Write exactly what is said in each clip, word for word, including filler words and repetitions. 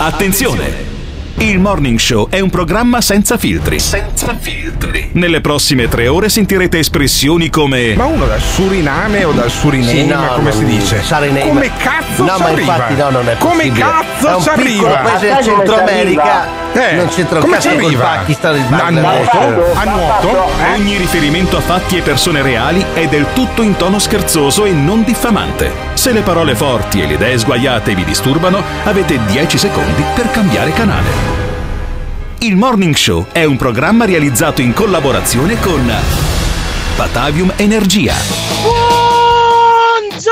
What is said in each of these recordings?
Attenzione! Il Morning Show è un programma senza filtri. Senza filtri. Nelle prossime tre ore sentirete espressioni come: ma uno dal Suriname o dal Suriname, sì, no, come si dice? Sariname. Come cazzo no, ci ma arriva? Infatti, no, non è come cazzo ci arriva? Un paese del Centro America eh, non c'entra un come cazzo ci arriva? col Pakistan, il a nuoto? A nuoto? Eh? Ogni riferimento a fatti e persone reali è del tutto in tono scherzoso e non diffamante. Se le parole forti e le idee sguaiate vi disturbano, avete dieci secondi per cambiare canale. Il Morning Show è un programma realizzato in collaborazione con Batavium Energia. Buongiorno!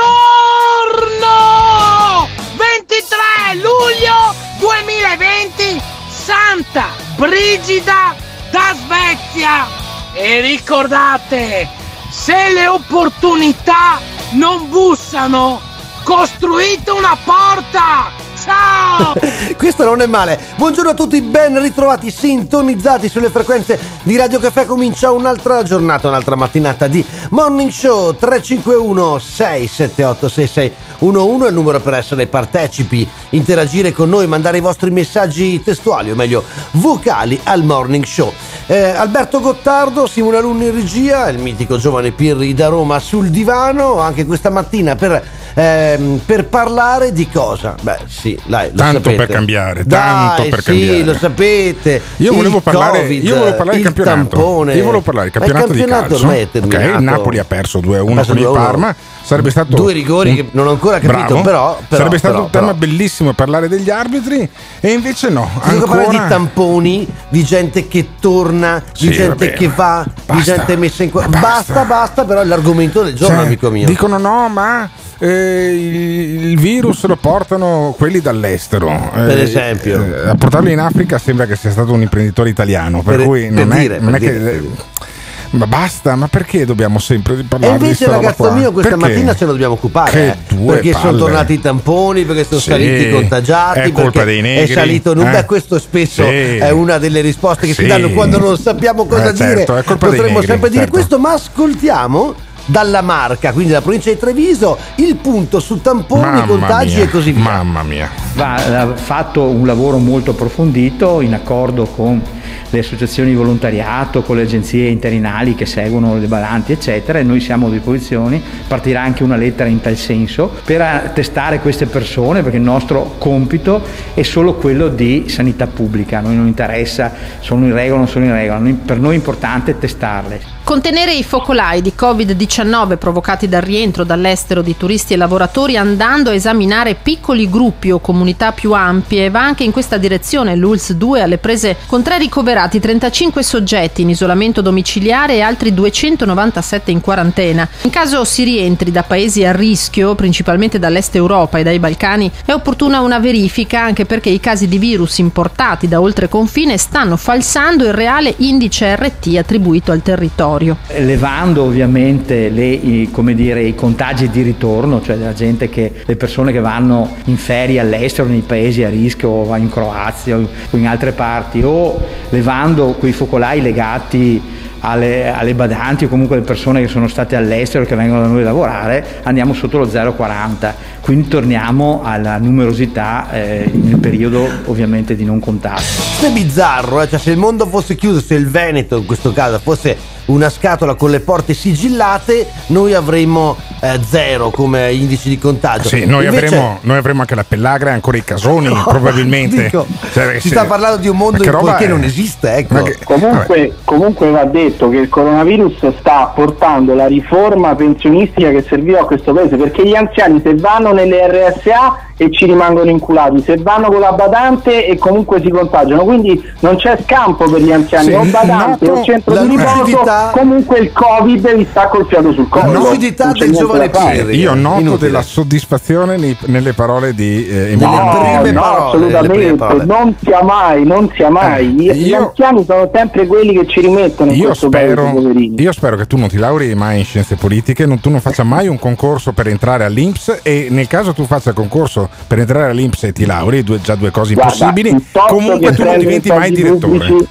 ventitré luglio duemilaventi, Santa Brigida da Svezia. E ricordate, se le opportunità non bussano, costruite una porta! Ciao! Questo non è male. Buongiorno a tutti, ben ritrovati, sintonizzati sulle frequenze di Radio Caffè. Comincia un'altra giornata, un'altra mattinata di Morning Show. Tre cinque uno sei sette otto sei sei uno uno è il numero per essere partecipi, interagire con noi, mandare i vostri messaggi testuali, o meglio vocali, al Morning Show. eh, Alberto Gottardo, Simone Alunni in regia, il mitico giovane Pirri da Roma sul divano anche questa mattina per Ehm, per parlare di cosa? Beh, sì, dai, lo tanto sapete. per cambiare, dai, tanto per sì, cambiare. Lo sapete. Io volevo il parlare, COVID, io volevo parlare il del campionato. Tampone. Io volevo parlare del campionato, il campionato di calcio. ormai è terminato. Okay, il Napoli ha perso due a uno con il Parma. Sarebbe stato due rigori un... che non ho ancora capito, Bravo. però, però sarebbe stato però, un tema però. bellissimo parlare degli arbitri, e invece no. Devo ancora... parlare di tamponi, di gente che torna, di sì, gente vabbè, che va, basta, di gente messa in qua. basta. basta, basta, però è l'argomento del giorno, cioè, amico mio. Dicono no, ma eh, il, il virus lo portano quelli dall'estero. Per eh, esempio. Eh, a portarlo in Africa sembra che sia stato un imprenditore italiano, per, Per- cui per non dire, è, non per è dire, che. per dire. Ma basta, ma perché dobbiamo sempre E parlare di invece, questa roba ragazzo qua? mio, questa Perché? mattina ce lo dobbiamo occupare, Che eh, due perché palle. sono tornati i tamponi, perché sono Sì, saliti i contagiati, è colpa perché dei negri, è salito il numero. eh? Beh, questo spesso Sì. è una delle risposte che Sì. si danno quando non sappiamo cosa Eh, dire. certo, è colpa dei Potremmo negri, sempre dire certo. questo, ma ascoltiamo dalla Marca, quindi dalla provincia di Treviso, il punto su tamponi, Mamma contagi mia, e così via. Mamma mia. Va ha fatto un lavoro molto approfondito in accordo con le associazioni di volontariato, con le agenzie interinali che seguono le badanti eccetera, e noi siamo a disposizione. Partirà anche una lettera in tal senso per testare queste persone, perché il nostro compito è solo quello di sanità pubblica. A noi non interessa sono in regola o non sono in regola, per noi è importante testarle. Contenere i focolai di covid diciannove provocati dal rientro dall'estero di turisti e lavoratori, andando a esaminare piccoli gruppi o comunità più ampie, va anche in questa direzione l'U L S S due alle prese con tre ricoverati, trentacinque soggetti in isolamento domiciliare e altri duecentonovantasette in quarantena. In caso si rientri da paesi a rischio, principalmente dall'est Europa e dai Balcani, è opportuna una verifica, anche perché i casi di virus importati da oltre confine stanno falsando il reale indice R T attribuito al territorio. Levando ovviamente le, i, come dire, i contagi di ritorno, cioè della gente che, le persone che vanno in ferie all'estero nei paesi a rischio, o va in Croazia o in altre parti, o levando quei focolai legati alle, alle badanti o comunque alle persone che sono state all'estero e che vengono da noi a lavorare, andiamo sotto lo zero virgola quaranta, quindi torniamo alla numerosità eh, nel periodo ovviamente di non contagio. È bizzarro, eh? Cioè, se il mondo fosse chiuso, se il Veneto in questo caso fosse una scatola con le porte sigillate, noi avremmo eh, zero come indici di contagio. Sì, noi, Invece... avremo, noi avremo anche la pellagra e ancora i casoni, no, probabilmente. Dico, cioè, si se... sta parlando di un mondo in cui è... non esiste, ecco. Che... Comunque, comunque va detto che il coronavirus sta portando la riforma pensionistica che serviva a questo paese, perché gli anziani, se vanno nelle R S A e ci rimangono inculati, se vanno con la badante e comunque si contagiano, quindi non c'è scampo per gli anziani, sì, o badante o centro di riposo, comunque il Covid vi sta col fiato sul collo. La lucidità del giovane Pirri. Io noto Inutile. della soddisfazione nei, nelle parole di eh, Emiliano. No, prime no, parole, assolutamente, parole. non sia mai, non sia mai. Eh, Gli io, anziani sono sempre quelli che ci rimettono in io questo spero, paese, poverini. Io spero che tu non ti laurei mai in scienze politiche, non, tu non faccia mai un concorso per entrare all'I N P S, e nel caso tu faccia il concorso per entrare all'I N P S e ti laurei, due, già due cose Guarda, impossibili, piuttosto comunque che tu non prendere diventi i mai soldi direttore. pubblici,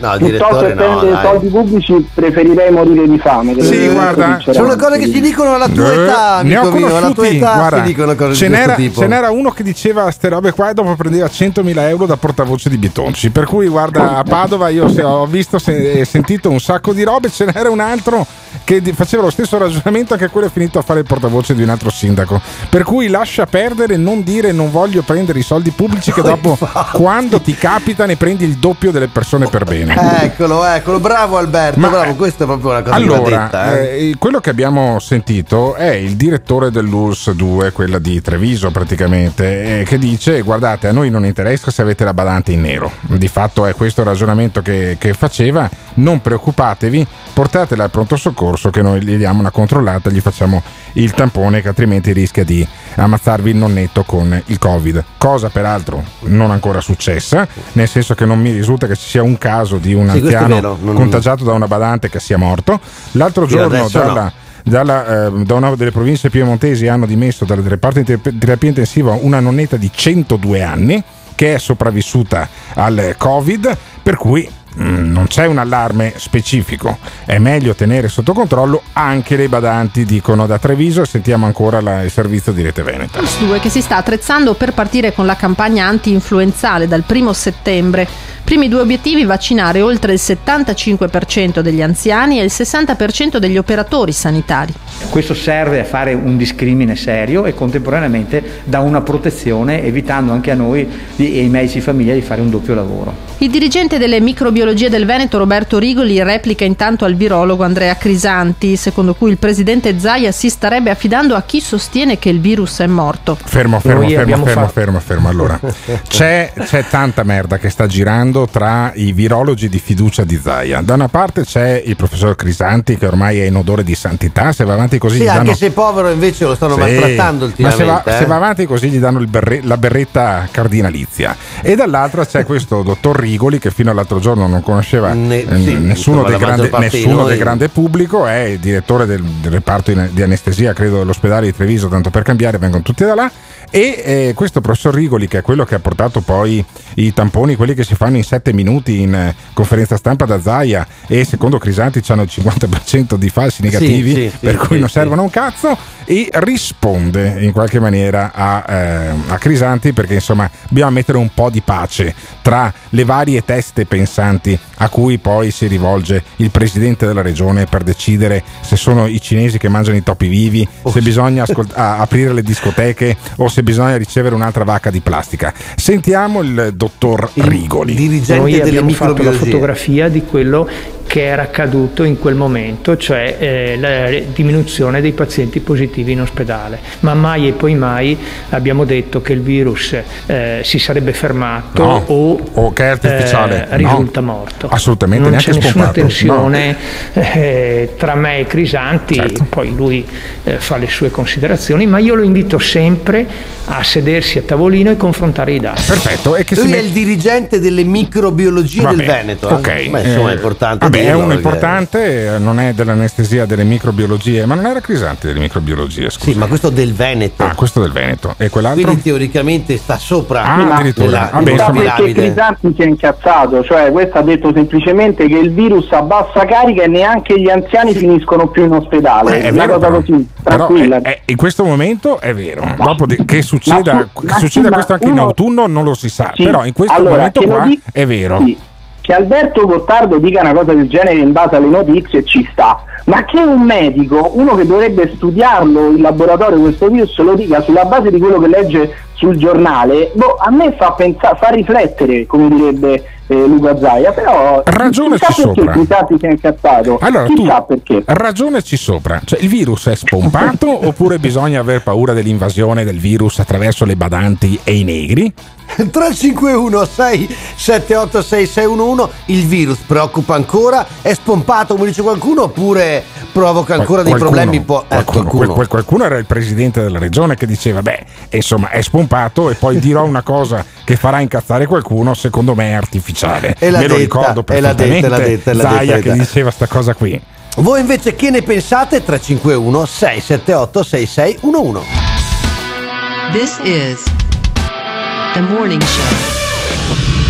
No, piuttosto che spendere no, soldi pubblici preferirei morire di fame. Sì, guarda, sono cose che si dicono alla tua età, ne ho mio, alla tua età guarda, si dicono cose ce di n'era, questo tipo. ce n'era uno che diceva ste robe qua e dopo prendeva centomila euro da portavoce di Bitonci, per cui guarda, a Padova io ho visto e sentito un sacco di robe, ce n'era un altro che faceva lo stesso ragionamento, anche quello è finito a fare il portavoce di un altro sindaco, per cui lascia perdere, non dire non voglio prendere i soldi pubblici che dopo quando ti capita ne prendi il doppio delle persone per bene. Eccolo, eccolo, bravo Alberto, Ma, bravo, questa è proprio una cosa allora, che va detta. Eh. Eh, quello che abbiamo sentito è il direttore dell'U L S due, quella di Treviso praticamente, eh, che dice guardate, a noi non interessa se avete la badante in nero, di fatto è questo il ragionamento che, che faceva, non preoccupatevi, portatela al pronto soccorso che noi gli diamo una controllata, gli facciamo il tampone che altrimenti rischia di ammazzarvi il nonnetto con il Covid, cosa peraltro non ancora successa, nel senso che non mi risulta che ci sia un caso di un sì, anziano non... contagiato da una badante che sia morto. L'altro giorno dalla, no. dalla, eh, da una delle province piemontesi hanno dimesso dal reparto di terapia intensiva una nonnetta di centodue anni che è sopravvissuta al Covid, per cui non c'è un allarme specifico, è meglio tenere sotto controllo anche le badanti, dicono da Treviso, e sentiamo ancora la, il servizio di Rete Veneta. L U L S due che si sta attrezzando per partire con la campagna anti-influenzale dal primo settembre. Primi due obiettivi: vaccinare oltre il settantacinque per cento degli anziani e il sessanta per cento degli operatori sanitari. Questo serve a fare un discrimine serio e contemporaneamente dà una protezione, evitando anche a noi e ai medici di famiglia di fare un doppio lavoro. Il dirigente delle microbiologie del Veneto Roberto Rigoli replica intanto al virologo Andrea Crisanti, secondo cui il presidente Zaia si starebbe affidando a chi sostiene che il virus è morto. Fermo, fermo, Noi fermo, fermo, fatto... fermo, fermo. Allora, c'è, c'è tanta merda che sta girando tra i virologi di fiducia di Zaia. Da una parte c'è il professor Crisanti che ormai è in odore di santità, se va avanti così sì, gli danno... anche se è povero invece lo stanno sì, maltrattando ultimamente. Ma se va, eh? se va avanti così gli danno il berre, la berretta cardinalizia. E dall'altra c'è questo dottor Rigoli che fino all'altro giorno non conosceva ne, eh, sì, nessuno, del grande, nessuno del grande pubblico, è il direttore del, del reparto di anestesia credo dell'ospedale di Treviso, tanto per cambiare, vengono tutti da là. E eh, questo professor Rigoli, che è quello che ha portato poi i tamponi, quelli che si fanno in sette minuti in eh, conferenza stampa da Zaia, e secondo Crisanti hanno il cinquanta per cento di falsi negativi, sì, sì, per sì, cui sì, non servono sì. un cazzo, e risponde in qualche maniera a, eh, a Crisanti, perché insomma bisogna mettere un po' di pace tra le varie teste pensanti a cui poi si rivolge il presidente della regione per decidere se sono i cinesi che mangiano i topi vivi, oh. se bisogna ascolt- aprire le discoteche o se bisogna ricevere un'altra vacca di plastica. Sentiamo il dottor Rigoli. Il dirigente Noi delle abbiamo fatto la microbiologie. fotografia di quello che era accaduto in quel momento, cioè eh, la diminuzione dei pazienti positivi in ospedale, ma mai e poi mai abbiamo detto che il virus eh, si sarebbe fermato no. o, o che è artificiale eh, risulta no. morto. Assolutamente, non neanche c'è nessuna spompato. tensione no. eh, tra me e Crisanti, certo. poi lui eh, fa le sue considerazioni, ma io lo invito sempre a sedersi a tavolino e confrontare i dati. Perfetto. E che lui si è met... il dirigente delle microbiologie Vabbè, del Veneto. Eh? Ok. Beh, insomma, è eh, importante. Vabbè, è uno perché... importante, non è dell'anestesia, delle microbiologie, ma non era Crisanti delle microbiologie, scusa. Sì, ma questo del Veneto. Ah, questo del Veneto. E quell'altro? Quindi teoricamente sta sopra. Ah, addirittura. Nella, Vabbè, nella insomma, perché Crisanti si è incazzato, cioè questo ha detto semplicemente che il virus a bassa carica e neanche gli anziani finiscono più in ospedale. Eh, è una vero, cosa però, così, tranquilla. Però è, è, in questo momento è vero. Dopo di, che succeda, ma su, che succeda ma questo anche uno, in autunno non lo si sa, sì, però in questo allora, momento qua dic- è vero. Sì, che Alberto Gottardo dica una cosa del genere in base alle notizie ci sta, ma che un medico, uno che dovrebbe studiarlo in laboratorio questo virus, lo dica sulla base di quello che legge sul giornale, boh, a me fa pensare, fa riflettere, come direbbe eh, Luca Zaia, però ragioneci sopra. Crisanti si è incazzato. Allora Chi tu sa perché? ragionaci sopra, cioè il virus è spompato oppure bisogna aver paura dell'invasione del virus attraverso le badanti e i negri? tre cinque uno sei sette otto sei sei uno uno. Il virus preoccupa ancora? È spompato come dice qualcuno oppure provoca ancora Qual- dei problemi? Po- qualcuno, eh, qualcuno. quel- quel- qualcuno era il presidente della regione che diceva beh insomma è spompato e poi dirò una cosa che farà incazzare qualcuno, secondo me è artificiale. E l'ha me lo detta, ricordo e l'ha perfettamente, detta, l'ha detta, l'ha Zaia detta. che diceva sta cosa qui. Voi invece che ne pensate? tre cinque uno sei sette otto sei sei uno uno. This is The Morning Show.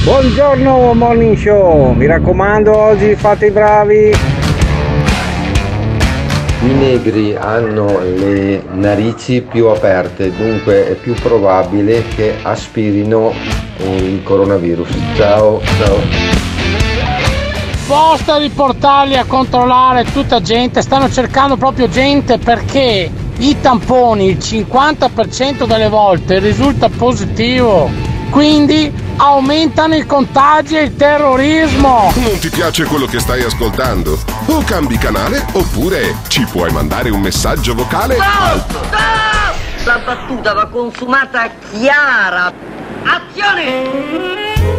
Buongiorno Morning Show, mi raccomando oggi fate i bravi. I negri hanno le narici più aperte, dunque è più probabile che aspirino il coronavirus. Ciao, ciao. Posta di portarli a controllare tutta gente, stanno cercando proprio gente perché i tamponi il cinquanta per cento delle volte risulta positivo, quindi aumentano i contagi e il terrorismo. Non ti piace quello che stai ascoltando? O cambi canale oppure ci puoi mandare un messaggio vocale? Stop! Stop! La battuta va consumata chiara. Azione!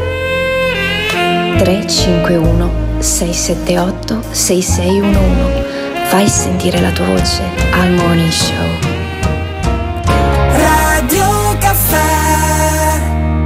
tre cinque uno sei sette otto sei sei uno uno. Fai sentire la tua voce al Morning Show. Radio Caffè.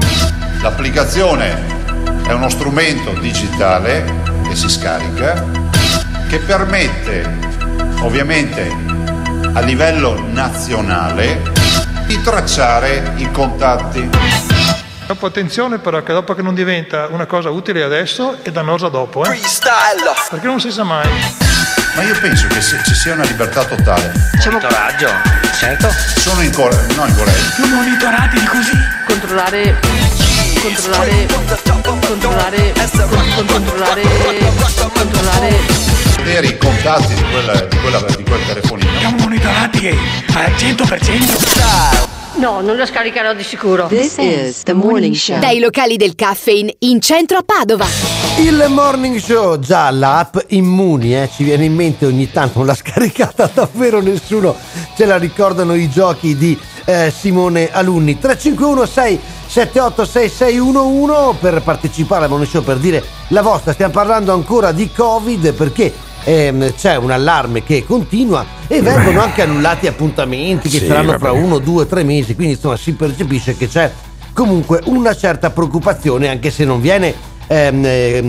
L'applicazione è uno strumento digitale che si scarica, che permette ovviamente a livello nazionale di tracciare i contatti. Dopo attenzione però che dopo che non diventa una cosa utile adesso e dannosa dopo, eh? Freestyle! Perché non si sa mai. Ma io penso che se ci sia una libertà totale. C'è monitoraggio, certo. Sono in Corea, no in Corea. Più monitorati di così. Controllare, controllare, controllare, controllare, controllare. Vedere i contatti di, quella, di, quella, di quel telefonino. Siamo monitorati al cento per cento. No, non lo scaricherò di sicuro. This is the Morning Show. Dai locali del Caffeine in centro a Padova. Il Morning Show, già l'app Immuni, eh, ci viene in mente ogni tanto, non l'ha scaricata davvero nessuno, ce la ricordano i giochi di eh, Simone Alunni. Tre cinque uno sei sette otto sei sei uno uno per partecipare al Morning Show, per dire la vostra. Stiamo parlando ancora di Covid perché ehm, c'è un allarme che continua e vengono anche annullati appuntamenti che sì, saranno vabbè. fra uno, due, tre mesi, quindi insomma si percepisce che c'è comunque una certa preoccupazione, anche se non viene ehm,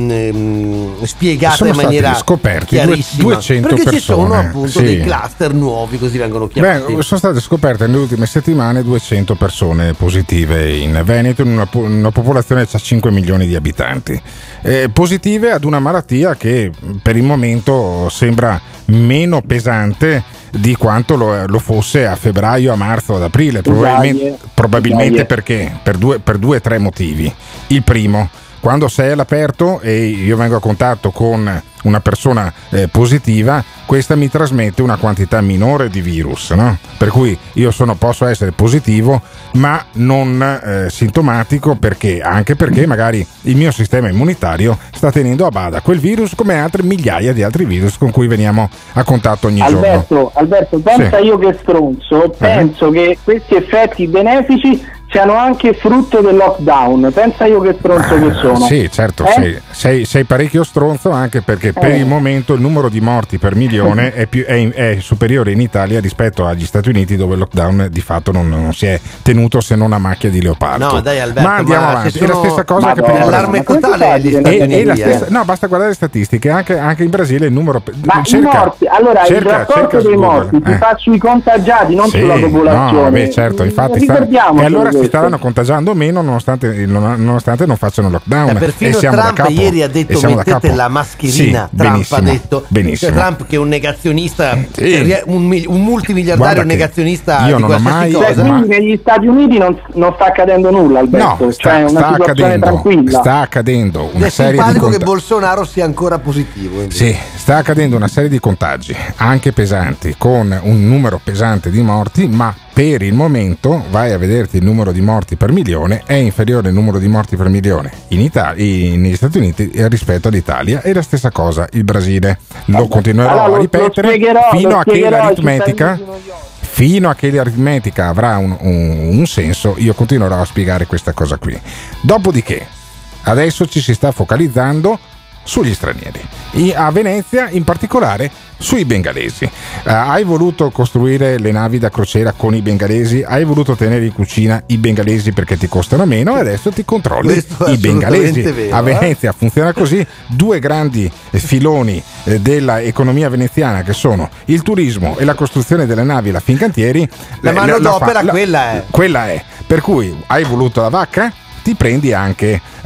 ehm, spiegata sono in maniera scoperti chiarissima, duecento perché persone. ci sono appunto Sì. dei cluster nuovi, così vengono chiamati. Beh, sono state scoperte nelle ultime settimane duecento persone positive in Veneto, in una, po- una popolazione che ha cinque milioni di abitanti, eh, positive ad una malattia che per il momento sembra meno pesante di quanto lo, lo fosse a febbraio, a marzo, ad aprile, probabilmente, probabilmente perché per due per due o tre motivi. Il primo, quando sei all'aperto e io vengo a contatto con una persona eh, positiva, questa mi trasmette una quantità minore di virus, no? Per cui io sono, posso essere positivo ma non eh, sintomatico, perché anche perché magari il mio sistema immunitario sta tenendo a bada quel virus come altre migliaia di altri virus con cui veniamo a contatto ogni Alberto, giorno. Alberto, pensa sì. io che stronzo, penso che questi effetti benefici siano anche frutto del lockdown, pensa io che stronzo ah, che sono. Sì, certo, eh? sei, sei, sei parecchio stronzo, anche perché per eh. il momento il numero di morti per milione è, più, è, è superiore in Italia rispetto agli Stati Uniti, dove il lockdown di fatto non, non si è tenuto se non a macchia di leopardo. No, dai Alberto, ma andiamo ma avanti, sono... è la stessa cosa Madonna, che per il l'allarme Brasile. totale agli Stati E, Uniti, e la stessa, eh. no, basta guardare le statistiche, anche, anche in Brasile il numero. Ma cerca, i morti, allora cerca, il rapporto cerca dei su morti Google, si eh. fa sui contagiati, non Sì, sulla popolazione. no, beh, certo, infatti sta, Ricordiamo e allora si questo. staranno contagiando meno nonostante, nonostante non facciano lockdown. Eh, perfino e siamo Trump da capo, ieri ha e detto siamo da mettete capo. la mascherina. Sì, Trump benissimo, ha detto benissimo. cioè, Trump che è un negazionista, Sì. cioè, un, mil- un multimiliardario Guarda che negazionista io di non ho qualsiasi mai- cosa. Cioè, quindi negli Stati Uniti non, non sta accadendo nulla, Alberto, No, cioè sta, è una sta situazione accadendo, tranquilla. sta accadendo una È serie di simpatico che cont- Bolsonaro sia ancora positivo. invece. Sì, sta accadendo una serie di contagi, anche pesanti, con un numero pesante di morti, ma per il momento vai a vederti il numero di morti per milione, è inferiore il numero di morti per milione in Italia, in, negli Stati Uniti rispetto all'Italia, e la stessa cosa il Brasile. Lo continuerò Allora, lo- a lo ripetere spiegherò, fino lo a che spiegherò ai l'aritmetica cittadini di New York. fino a che l'aritmetica avrà un, un, un senso, io continuerò a spiegare questa cosa qui. Dopodiché adesso ci si sta focalizzando sugli stranieri, I- a Venezia in particolare sui bengalesi. Uh, hai voluto costruire le navi da crociera con i bengalesi, hai voluto tenere in cucina i bengalesi perché ti costano meno, e adesso ti controlli Questo è i bengalesi. assolutamente vero, A eh? Venezia funziona così, due grandi eh, filoni eh, dell'economia veneziana, che sono il turismo e la costruzione delle navi, la Fincantieri. La eh, manodopera fa- la- quella è. Quella è. Per cui hai voluto la vacca? Ti prendi anche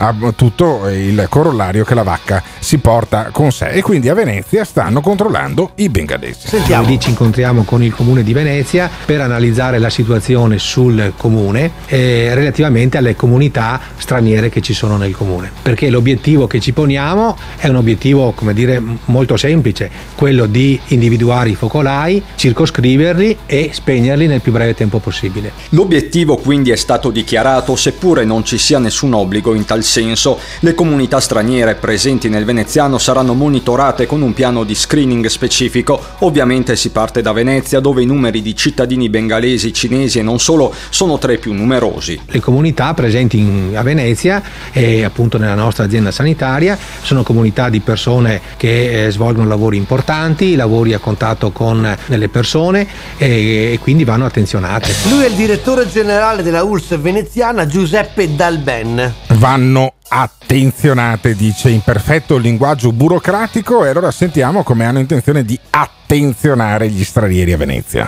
a tutto il corollario che la vacca si porta con sé. E quindi a Venezia stanno controllando i bengalesi. Sentiamo. Noi ci incontriamo con il comune di Venezia per analizzare la situazione sul comune eh, relativamente alle comunità straniere che ci sono nel comune, perché l'obiettivo che ci poniamo è un obiettivo, come dire, molto semplice, quello di individuare i focolai, circoscriverli e spegnerli nel più breve tempo possibile. L'obiettivo quindi è stato dichiarato, seppure non ci sia nessun obbligo in tal senso. Le comunità straniere presenti nel veneziano saranno monitorate con un piano di screening specifico. Ovviamente si parte da Venezia, dove i numeri di cittadini bengalesi, cinesi e non solo sono tra i più numerosi. Le comunità presenti in, a Venezia e appunto nella nostra azienda sanitaria sono comunità di persone che eh, svolgono lavori importanti, lavori a contatto con le persone e, e quindi vanno attenzionate. Lui è il direttore generale della U L S veneziana, Giuseppe Dalben. Vanno attenzionate, dice in perfetto linguaggio burocratico, e allora sentiamo come hanno intenzione di attenzionare gli stranieri a Venezia.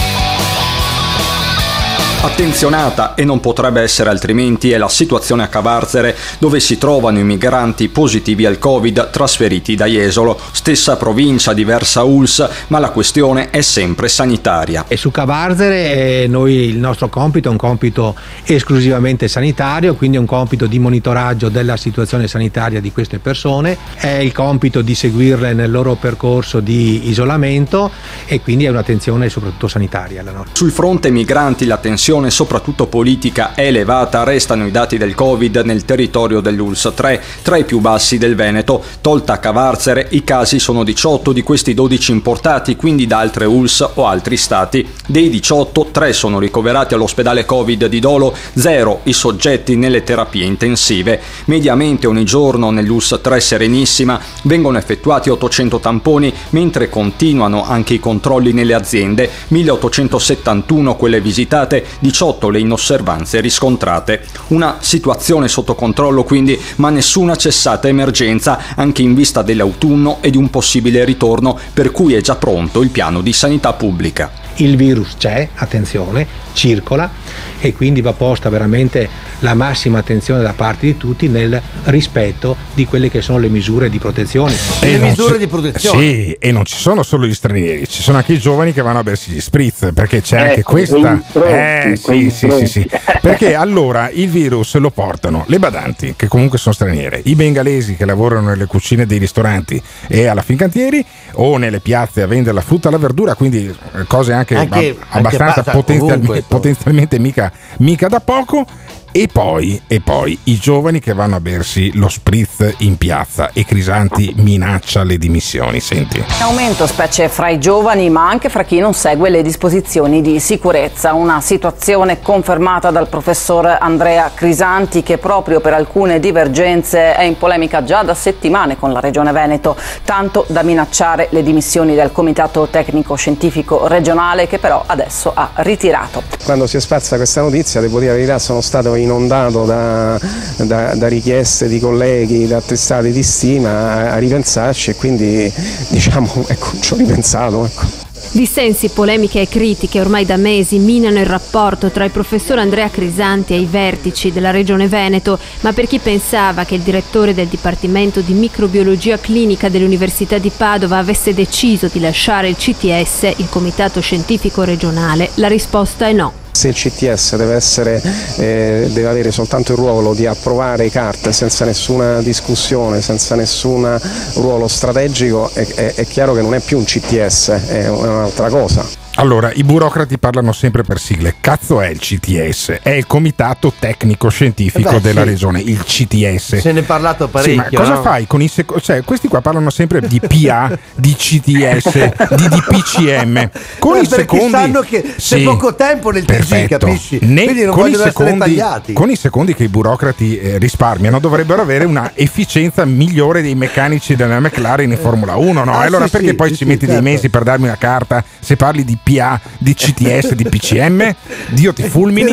Attenzionata, e non potrebbe essere altrimenti, è la situazione a Cavarzere, dove si trovano i migranti positivi al Covid trasferiti da Jesolo. Stessa provincia, diversa U L S, ma la questione è sempre sanitaria. E su Cavarzere eh, noi il nostro compito è un compito esclusivamente sanitario, quindi è un compito di monitoraggio della situazione sanitaria di queste persone, è il compito di seguirle nel loro percorso di isolamento e quindi è un'attenzione soprattutto sanitaria. La nostra. Sul fronte migranti la tensione soprattutto politica è elevata. Restano i dati del Covid nel territorio dell'U L S tre, tra i più bassi del Veneto. Tolta Cavarzere, i casi sono diciotto, di questi dodici importati, quindi da altre U L S o altri stati. Dei diciotto, tre sono ricoverati all'ospedale Covid di Dolo, zero i soggetti nelle terapie intensive. Mediamente ogni giorno nell'U L S tre Serenissima vengono effettuati ottocento tamponi, mentre continuano anche i controlli nelle aziende, milleottocentosettantuno quelle visitate, diciotto le inosservanze riscontrate. Una situazione sotto controllo quindi, ma nessuna cessata emergenza, anche in vista dell'autunno e di un possibile ritorno, per cui è già pronto il piano di sanità pubblica. Il virus c'è, attenzione, circola, e quindi va posta veramente la massima attenzione da parte di tutti nel rispetto di quelle che sono le misure di protezione. E le misure ci, di protezione. Sì, e non ci sono solo gli stranieri, ci sono anche i giovani che vanno a bersi gli spritz, perché c'è ecco, anche questa. Pronti, eh sì, sì, sì, sì. Perché allora il virus lo portano le badanti, che comunque sono straniere, i bengalesi che lavorano nelle cucine dei ristoranti e alla Fincantieri o nelle piazze a vendere la frutta e la verdura, quindi cose anche Anche, abbastanza anche potenzialmente, potenzialmente mica, mica da poco. E poi, e poi i giovani che vanno a bersi lo spritz in piazza, e Crisanti minaccia le dimissioni. Senti. Aumento specie fra i giovani, ma anche fra chi non segue le disposizioni di sicurezza. Una situazione confermata dal professor Andrea Crisanti, che proprio per alcune divergenze è in polemica già da settimane con la Regione Veneto, tanto da minacciare le dimissioni del Comitato Tecnico Scientifico Regionale, che però adesso ha ritirato. Quando si è sparsa questa notizia, devo dire la verità, sono stato inondato da, da, da richieste di colleghi, da attestati di stima a, a ripensarci, e quindi diciamo, ecco, ci ho ripensato. Ecco. Dissensi, polemiche e critiche ormai da mesi minano il rapporto tra il professor Andrea Crisanti e i vertici della Regione Veneto, ma per chi pensava che il direttore del Dipartimento di Microbiologia Clinica dell'Università di Padova avesse deciso di lasciare il C T S, il Comitato Scientifico Regionale, la risposta è no. Se il C T S deve, essere, eh, deve avere soltanto il ruolo di approvare carte senza nessuna discussione, senza nessun ruolo strategico, è, è, è chiaro che non è più un C T S, è un'altra cosa. Allora, i burocrati parlano sempre per sigle. Cazzo è il C T S? È il Comitato Tecnico Scientifico Beh, della sì. Regione, il C T S. Se ne è parlato parecchio. Sì, ma cosa no? fai con i secondi? Cioè, questi qua parlano sempre di P A, di C T S, di D P C M. Con no, i perché secondi sanno che c'è sì, poco tempo nel T G, capisci? Ne, Quindi non con, i vogliono essere secondi, tagliati. con i secondi che i burocrati eh, risparmiano, dovrebbero avere una efficienza migliore dei meccanici della McLaren in Formula uno, no? Ah, allora sì, perché sì, poi sì, ci metti sì, dei certo. mesi per darmi una carta se parli di P A, di C T S, di P C M? Dio ti fulmini.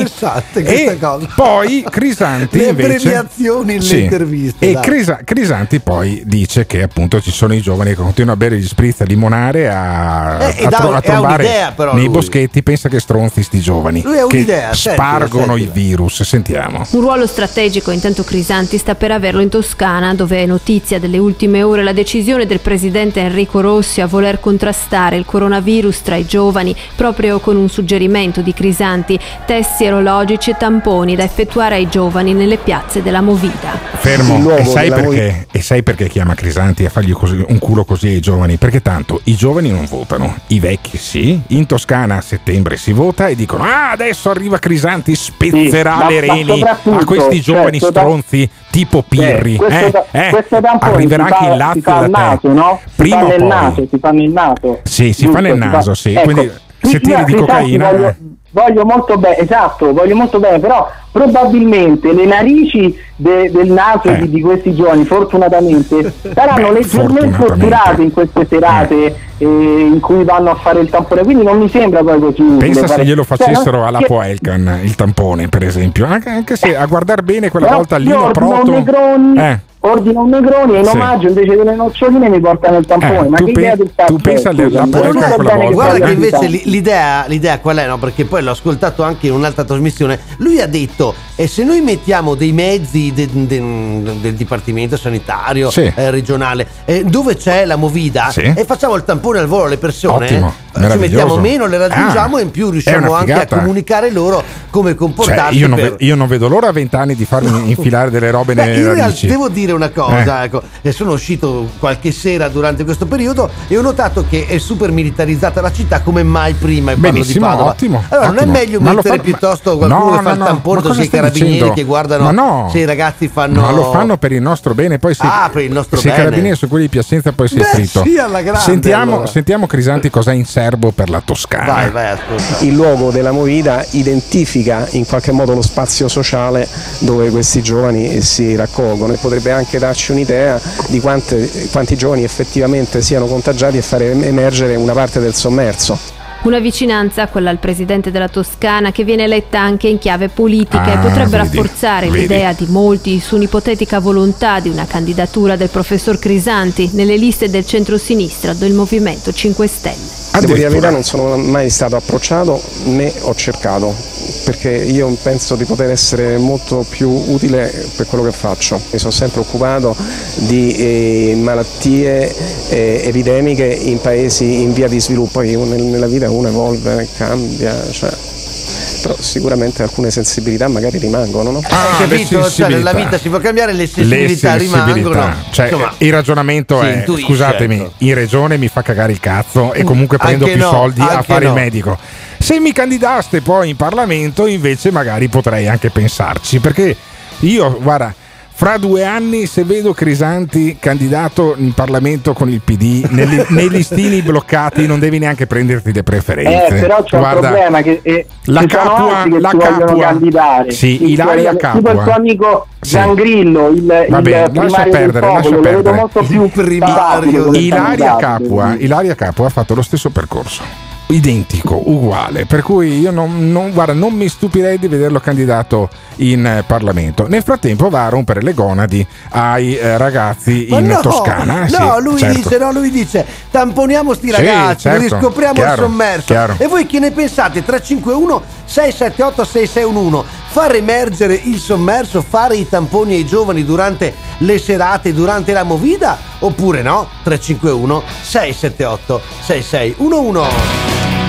E cosa. Poi Crisanti le invece abbreviazioni nelle sì. interviste. E Crisa, Crisanti poi dice che appunto ci sono i giovani che continuano a bere gli spritz, a limonare, a, eh, a, tro- a trovare però, nei lui. boschetti. Pensa che stronzi sti giovani lui ha che un'idea, spargono sentila, i virus. Sentiamo. Un ruolo strategico intanto Crisanti sta per averlo in Toscana, dove è notizia delle ultime ore la decisione del presidente Enrico Rossi a voler contrastare il coronavirus tra i giovani, proprio con un suggerimento di Crisanti: test sierologici e tamponi da effettuare ai giovani nelle piazze della Movida. Fermo, e sai, perché, e sai perché chiama Crisanti a fargli così, un culo così ai giovani? Perché tanto i giovani non votano, i vecchi sì. In Toscana a settembre si vota e dicono: ah, adesso arriva Crisanti, spezzerà sì, le reni a questi giovani cioè, stronzi tipo Pirri. Eh, eh, eh, arriverà anche il Lazio da te. Naso, no? Prima si fa nel naso, si fa nel naso. Sì, si fa nel naso, sì. Ecco, quindi se tiri di cocaina... Voglio, voglio molto bene, esatto, voglio molto bene, però probabilmente le narici de, del naso eh. di, di questi giovani, fortunatamente, saranno Beh, leggermente torturate in queste serate eh. Eh, in cui vanno a fare il tampone, quindi non mi sembra poi così utile. Pensa fare... se glielo facessero cioè, alla che... Poelcan il tampone, per esempio, anche, anche se a guardar bene quella però volta Lino Proto... Negroni, eh. ordino un Negroni e in sì. omaggio invece delle noccioline mi portano il tampone. Eh, ma che pe- idea del tu pensa alla Poelcan quella volta? Guarda che invece l'idea, l'idea qual è, no? Perché poi l'ho ascoltato anche in un'altra trasmissione. Lui ha detto: e se noi mettiamo dei mezzi de, de, de, del Dipartimento Sanitario sì. eh, regionale eh, dove c'è la Movida sì. e facciamo il tampone al volo alle persone, Ottimo, eh, ci mettiamo meno, le raggiungiamo ah, e in più riusciamo anche a comunicare loro come comportarsi. Cioè, io, non per... ve- io non vedo l'ora a vent'anni di farmi no. infilare delle robe Beh, nelle narici. Devo dire una cosa, eh. ecco, sono uscito qualche sera durante questo periodo e ho notato che è super militarizzata la città come mai prima. E parlo di Padova. Ottimo, allora ottimo. non è meglio ma mettere fa... piuttosto qualcuno no, che fa no, il no. tampone così i carabinieri dicendo? che guardano no. se i ragazzi fanno. Ma lo fanno per il nostro bene, poi se, ah, per il nostro se bene. i carabinieri sono quelli di Piacenza poi si è scritto. Sì, alla grande, sentiamo, allora. sentiamo Crisanti cosa ha in serbo per la Toscana. Vai, vai, ascolta. Il luogo della Movida identifica in qualche modo lo spazio sociale dove questi giovani si raccolgono e potrebbe anche darci un'idea di quante, quanti giovani effettivamente siano contagiati e fare emergere una parte del sommerso. Una vicinanza, quella al presidente della Toscana, che viene letta anche in chiave politica ah, e potrebbe vedi, rafforzare vedi. l'idea di molti su un'ipotetica volontà di una candidatura del professor Crisanti nelle liste del centro-sinistra del Movimento cinque Stelle. Devo dire la verità, non sono mai stato approcciato né ho cercato, perché io penso di poter essere molto più utile per quello che faccio. Mi sono sempre occupato di eh, malattie eh, epidemiche in paesi in via di sviluppo. Io nella vita uno evolve, cambia, cioè, però sicuramente alcune sensibilità magari rimangono, no? Ah, capito? Cioè, nella vita si può cambiare, le sensibilità, le sensibilità. rimangono. Cioè, insomma, il ragionamento è: intuisce, scusatemi, ecco. in regione mi fa cagare il cazzo e comunque prendo anche più no, soldi a fare no. il medico. Se mi candidaste poi in Parlamento, invece magari potrei anche pensarci, perché io, guarda, fra due anni, se vedo Crisanti candidato in Parlamento con il P D, nei, nei listini bloccati, non devi neanche prenderti le preferenze. Eh, però c'è Guarda, un problema che eh, la ci Capua, sono altri che la si Capua, vogliono candidare. Sì, Ilaria Capua. Tipo il tuo amico Giangrillo, il, Vabbè, il lascia primario perdere, del popolo, lascia lo perdere. vedo molto più primario. Ilaria Capua, Ilaria Capua ha fatto lo stesso percorso. Identico, uguale, per cui io non, non, guarda, non mi stupirei di vederlo candidato in eh, Parlamento. Nel frattempo va a rompere le gonadi ai eh, ragazzi Ma in no, Toscana. No, sì, lui certo. dice, no, lui dice tamponiamo sti ragazzi, sì, certo, riscopriamo chiaro, il sommerso. Chiaro. E voi che ne pensate? tre cinque uno sei sette otto sei sei uno uno. Far emergere il sommerso, fare i tamponi ai giovani durante le serate, durante la Movida, oppure no? tre cinque uno sei sette otto sei sei uno uno.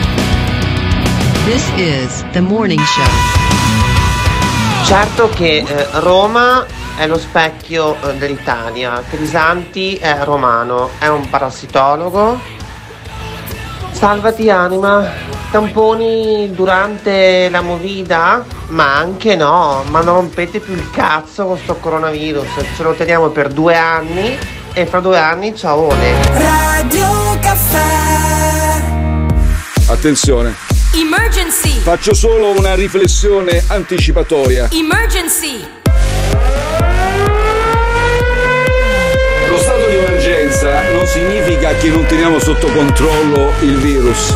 This is the morning show. Certo che eh, Roma è lo specchio eh, dell'Italia. Crisanti è romano, è un parassitologo. Salvati anima, tamponi durante la Movida? Ma anche no, ma non rompete più il cazzo con sto coronavirus. Ce lo teniamo per due anni e fra due anni ciaone. Radio Caffè. Attenzione. Emergency! Faccio solo una riflessione anticipatoria. Emergency! Lo stato di emergenza non significa che non teniamo sotto controllo il virus.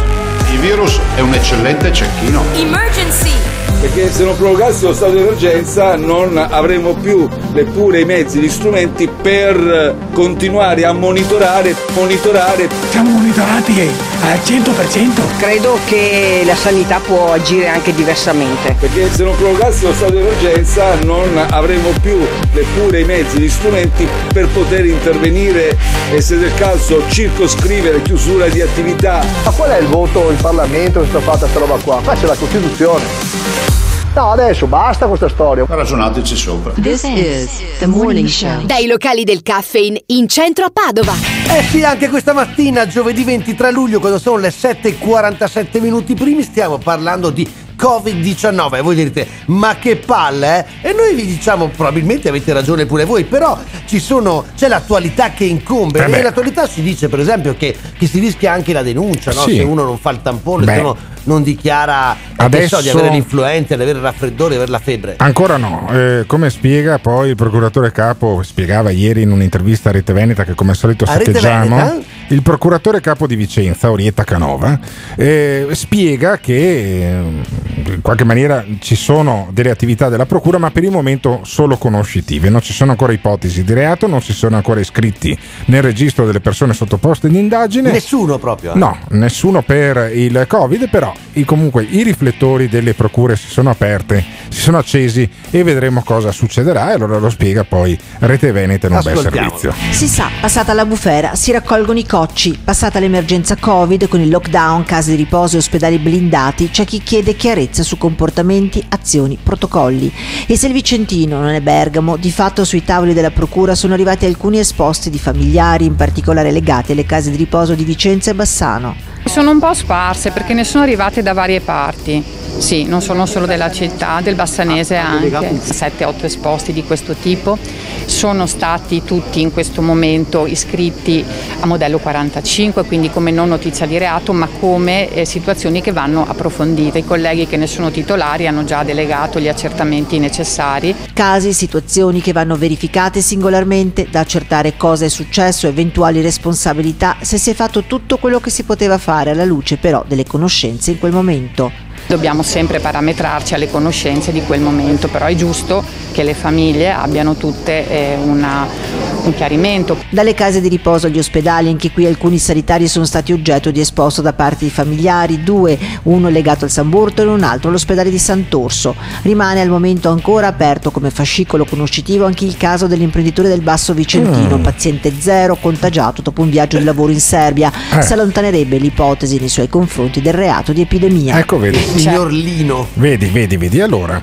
Il virus è un eccellente cecchino. Emergency! Perché se non prorogassi lo stato di emergenza non avremo più neppure i mezzi, gli strumenti per continuare a monitorare, monitorare. Siamo monitorati al cento per cento. Credo che la sanità può agire anche diversamente. Perché se non prorogassi lo stato di emergenza non avremo più neppure i mezzi, gli strumenti per poter intervenire e, se del caso, circoscrivere chiusura di attività. Ma qual è il voto in Parlamento che sta fatta sta roba qua? Qua c'è la Costituzione. No, adesso basta questa storia. Ragionateci sopra. This is the morning show. Dai locali del Caffeine in centro a Padova. Eh sì, anche questa mattina, giovedì ventitré luglio, quando sono le sette e quarantasette minuti primi, stiamo parlando di covid diciannove. E voi direte, ma che palle, eh? E noi vi diciamo, probabilmente avete ragione pure voi, però ci sono, c'è l'attualità che incombe. Eh e l'attualità si dice, per esempio, che, che si rischia anche la denuncia, no? Sì. Se uno non fa il tampone, Beh. se uno non dichiara Adesso... so, di avere l'influenza, di avere il raffreddore, di avere la febbre. Ancora no, eh, come spiega poi il procuratore capo, spiegava ieri in un'intervista a Rete Veneta, che come al solito A Rete saccheggiamo, Veneta? il procuratore capo di Vicenza, Orietta Canova, eh, spiega che eh, in qualche maniera ci sono delle attività della procura, ma per il momento solo conoscitive, non ci sono ancora ipotesi di reato, non si sono ancora iscritti nel registro delle persone sottoposte ad indagine. Nessuno proprio? Eh? No, nessuno per il Covid, però i, comunque i riflettori delle procure si sono aperte, si sono accesi e vedremo cosa succederà, e allora lo spiega poi Rete Veneta in un bel servizio. Si sa, passata la bufera si raccolgono i cocci, passata l'emergenza Covid con il lockdown, case di riposo e ospedali blindati, c'è chi chiede chiarezza su comportamenti, azioni, protocolli. E se il Vicentino non è Bergamo, di fatto sui tavoli della procura sono arrivati alcuni esposti di familiari, in particolare legati alle case di riposo di Vicenza e Bassano. Sono un po' sparse perché ne sono arrivate da varie parti. Sì, non sono solo della città, del Bassanese anche. sette otto esposti di questo tipo sono stati tutti in questo momento iscritti a modello quarantacinque, quindi come non notizia di reato, ma come eh, situazioni che vanno approfondite. I colleghi che ne sono titolari hanno già delegato gli accertamenti necessari. Casi, situazioni che vanno verificate singolarmente, da accertare cosa è successo, eventuali responsabilità, se si è fatto tutto quello che si poteva fare alla luce però delle conoscenze in quel momento. Dobbiamo sempre parametrarci alle conoscenze di quel momento, però è giusto che le famiglie abbiano tutte eh, una, un chiarimento. Dalle case di riposo agli ospedali, anche qui alcuni sanitari sono stati oggetto di esposto da parte di familiari, due, uno legato al San Bortolo e un altro all'ospedale di Sant'Orso. Rimane al momento ancora aperto come fascicolo conoscitivo anche il caso dell'imprenditore del Basso Vicentino, mm. paziente zero, contagiato dopo un viaggio di lavoro in Serbia. Eh. Si allontanerebbe l'ipotesi nei suoi confronti del reato di epidemia. Ecco, vedi. Signor Lino. Vedi, vedi, vedi. Allora,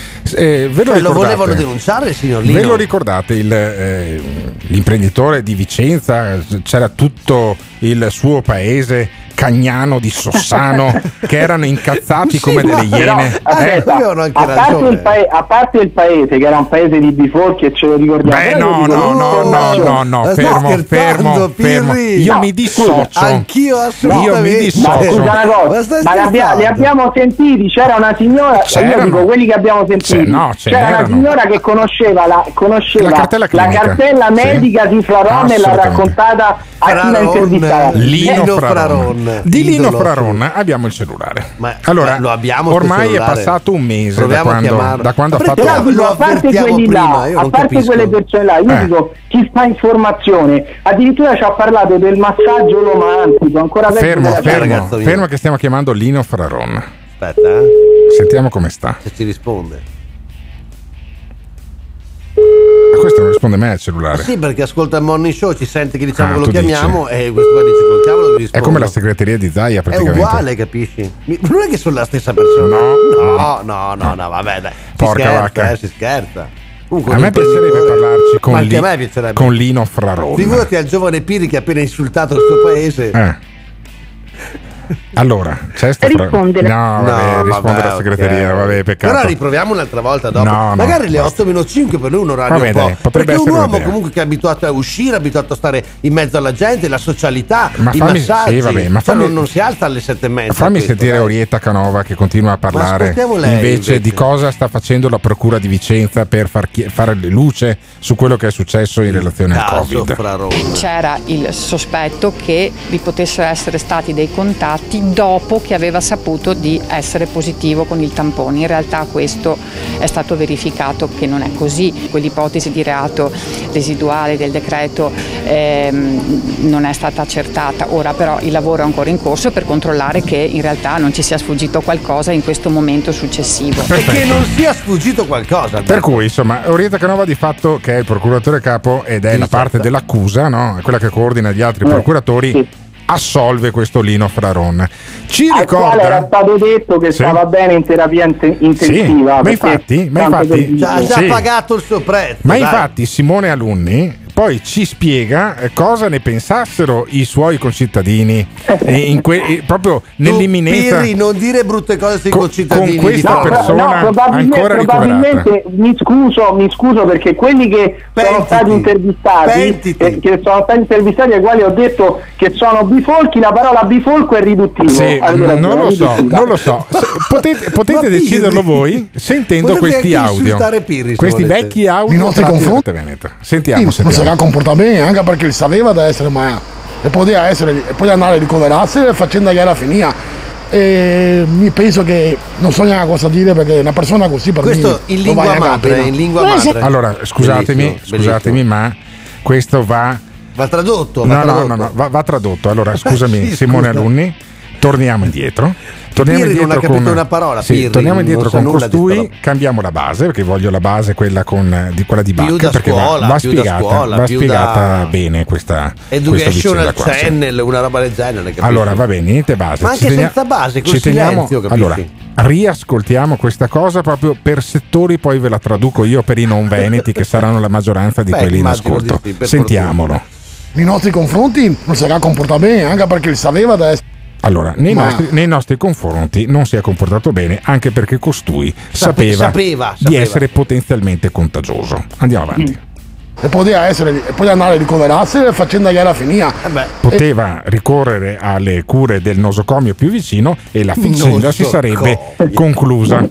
eh, ve lo, cioè, lo volevano denunciare il signor Lino? Ve lo ricordate, il, eh, l'imprenditore di Vicenza, c'era tutto il suo paese Cagnano di Sossano che erano incazzati come sì, delle iene. Però, aspetta, eh? a, parte il paese, a parte il paese che era un paese di biforchi e ce lo ricordiamo. Beh, no, no, no, no, no, no, fermo, fermo, fermo. Io no, mi dissocio. Anch'io assolutamente. Io mi dissocio. Ma scusa una cosa, ma, ma li, abbia, li abbiamo sentiti, c'era una signora, c'erano. io dico quelli che abbiamo sentiti, no, c'era una signora che conosceva la, conosceva la cartella, la cartella medica sì. di Fraron e l'ha raccontata a chi l'ha intervistata. Lino Fraron. Di Lino Fraron abbiamo il cellulare. Ma, allora, ma lo abbiamo ormai è passato un mese Proviamo da quando, da quando ha fatto però, la... a parte quelli là, a parte quelle persone là, io eh. dico chi fa informazione, addirittura ci ha parlato del massaggio romantico, ancora fermo, fermo, fermo che stiamo chiamando Lino Fraron. Aspetta, eh. Sentiamo come sta. Se ci risponde. Ma questo non risponde mai al cellulare. Sì, perché ascolta il morning show, ci sente che diciamo ah, che lo chiamiamo dici. E questo qua dice col cavolo vi rispondo. È come la segreteria di Zaia praticamente. È uguale, capisci? Non è che sono la stessa persona. No, no, no, no, no vabbè dai. Porca si scherza, vacca. Eh, si scherza. Comunque, a me piacerebbe parlarci con, Li- Li- me piacerebbe. con Lino Fraron. Figurati al giovane Piri che ha appena insultato il suo paese. Eh. Allora, c'è sta rispondere. No, vabbè, No, risponde vabbè, la segreteria, ok. vabbè, peccato. Però riproviamo un'altra volta dopo. No, Magari no, le otto meno cinque per lui un orario vabbè, un po'. dai, potrebbe perché un essere uomo un'idea. comunque che è abituato a uscire, abituato a stare in mezzo alla gente, la socialità, Ma i fammi- massaggi. sì, vabbè, ma Cioè, fammi- non, non si alza alle sette e mezza. Fammi questo, sentire dai. Orietta Canova che continua a parlare ascoltiamo lei, invece, invece. di cosa sta facendo la procura di Vicenza per far chi- fare luce su quello che è successo in relazione al Covid. C'era il sospetto che vi potessero essere stati dei contatti dopo che aveva saputo di essere positivo con il tampone. In realtà questo è stato verificato che non è così, quell'ipotesi di reato residuale del decreto ehm, non è stata accertata. Ora però il lavoro è ancora in corso per controllare che in realtà non ci sia sfuggito qualcosa in questo momento successivo. E che non sia sfuggito qualcosa. Per cui insomma Orietta Canova di fatto, che è il procuratore capo ed è sì, la parte certo. dell'accusa, no? Quella che coordina gli altri eh, procuratori, sì. assolve questo Lino Fraron. Ci Al ricorda quale era stato detto che sì. stava bene in terapia int- intensiva. Sì, ma infatti, ma infatti ha già sì. pagato il suo prezzo. Ma dai. infatti Simone Alunni poi ci spiega cosa ne pensassero i suoi concittadini in que- proprio nell'imminenza. Pirri, non dire brutte cose sui con, concittadini con questa no, persona no, probabilmente, ancora probabilmente mi scuso, mi scuso perché quelli che Pentiti. sono stati intervistati eh, che sono stati intervistati ai quali ho detto che sono bifolchi, la parola bifolco è riduttivo. Sì, allora, non lo so, non lo so. Potete, potete deciderlo voi sentendo potete questi audio. Pirri, questi vecchi audio i nostri confronti. Sentiamo, sì, non si era comportato bene anche perché sapeva di essere ma e poteva essere e poi andare a ricoverarsi e la faccenda che era finita. E mi penso che non so neanche cosa dire perché una persona così per questo me in lingua madre, in lingua madre. Allora scusatemi, bellissimo, scusatemi bellissimo. Ma questo va va tradotto, va no, tradotto. no, no, no, va, va tradotto. Allora scusami sì, Simone scusa. Alunni, torniamo indietro. Torniamo Pirri indietro non ha capito con una parola. sì, Pirri, torniamo indietro con costui, cambiamo la base perché voglio la base quella con di quella di Bach perché scuola, va, va spiegata, scuola, va spiegata da... bene questa Educational Channel, una roba del genere. Allora va bene, niente base. Ma anche tenia- senza base, col ci teniamo, silenzio, allora riascoltiamo questa cosa proprio per settori, poi ve la traduco io per i non veneti che saranno la maggioranza di Beh, quelli in ascolto. Sì, sentiamolo. Nei nostri confronti non si era comportato bene anche perché sapeva di essere. Allora, nei, Ma... nostri, nei nostri confronti non si è comportato bene anche perché costui sapeva, sapeva, di sapeva. essere potenzialmente contagioso. Andiamo avanti. Mm. E poteva essere e poi andare a ricoverarsi e la faccenda che era finita. Eh poteva e... ricorrere alle cure del nosocomio più vicino e la faccenda si sarebbe conclusa.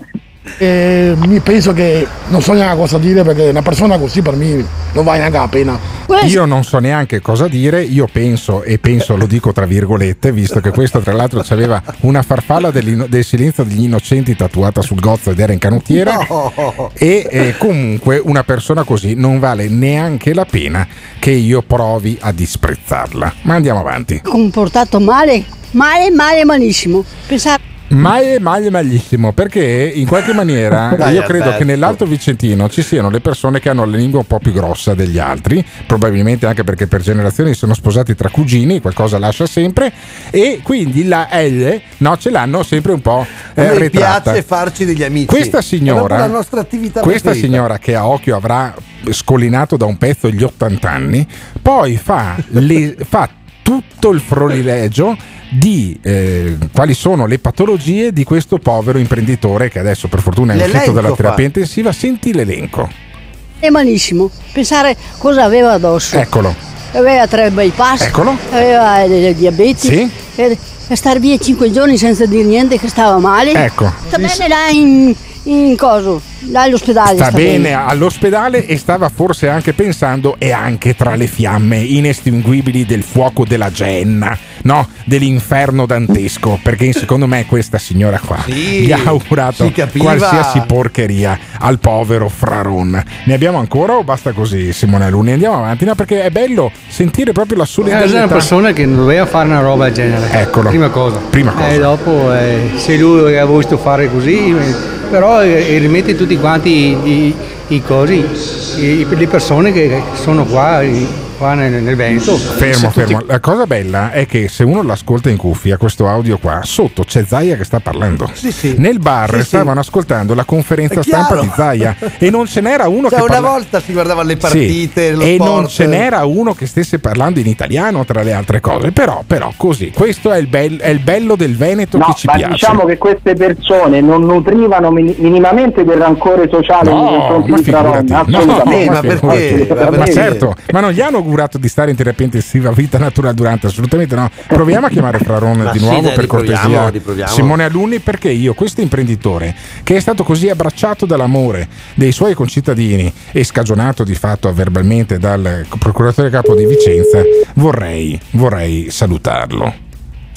E mi penso che non so neanche cosa dire perché una persona così per me non vale neanche la pena. Io non so neanche cosa dire, io penso e penso lo dico tra virgolette visto che questo tra l'altro aveva una farfalla del silenzio degli innocenti tatuata sul gozzo ed era in canottiera no. e eh, comunque una persona così non vale neanche la pena che io provi a disprezzarla. Ma andiamo avanti. Comportato male, male, male, malissimo. Pensate Male, male, malissimo, perché in qualche maniera io credo che nell'Alto Vicentino ci siano le persone che hanno la lingua un po' più grossa degli altri, probabilmente anche perché per generazioni sono sposati tra cugini, qualcosa lascia sempre, e quindi la L no, ce l'hanno sempre un po' eh, mi piace farci degli amici. Questa signora, la nostra attività questa preferita. Signora che a occhio avrà scollinato da un pezzo gli ottanta anni, poi fa, le, fa tutto il florilegio di eh, quali sono le patologie di questo povero imprenditore che adesso per fortuna è uscito dalla terapia fa. intensiva. Senti l'elenco. È malissimo. Pensare cosa aveva addosso. Eccolo. Aveva tre bypass. Eccolo. Aveva del diabete. Sì. E, e star via cinque giorni senza dire niente che stava male. Ecco. Sta bene là in, in coso, là all'ospedale. Sta, sta bene, bene all'ospedale e stava forse anche pensando e anche tra le fiamme inestinguibili del fuoco della Genna, no? Dell'inferno dantesco, perché secondo me questa signora qua sì, gli ha augurato qualsiasi porcheria al povero Fraron. Ne abbiamo ancora o basta così, Simone Alunni? Andiamo avanti, no? Perché è bello sentire proprio la solidarietà. È una persona che non doveva fare una roba del genere. Eccolo. Prima cosa. Prima cosa. E dopo eh, se lui ha voluto fare così, però eh, rimette tutti quanti i, i, i cosi, i, le persone che sono qua. I, qua nel, nel Veneto. Fermo, fermo. La cosa bella è che se uno l'ascolta in cuffia, questo audio qua, sotto c'è Zaia che sta parlando. Sì, sì. Nel bar sì, stavano sì. ascoltando la conferenza stampa di Zaia e non ce n'era uno cioè, che una parla... volta si guardavano le partite, sì. lo e sport. non ce n'era uno che stesse parlando in italiano tra le altre cose. Però, però così, questo è il, be- è il bello del Veneto no, che ci ma piace. Diciamo che queste persone non nutrivano min- minimamente del rancore sociale no, nei confronti ma di Fraron. Assolutamente. No, ma perché? Ma, ma certo, ma non gli hanno augurato di stare in terapia intensiva vita naturale durante, assolutamente no. Proviamo a chiamare Fraron di nuovo sì, dai, per cortesia riproviamo. Simone Alunni, perché io questo imprenditore che è stato così abbracciato dall'amore dei suoi concittadini e scagionato di fatto verbalmente dal procuratore capo di Vicenza vorrei vorrei salutarlo.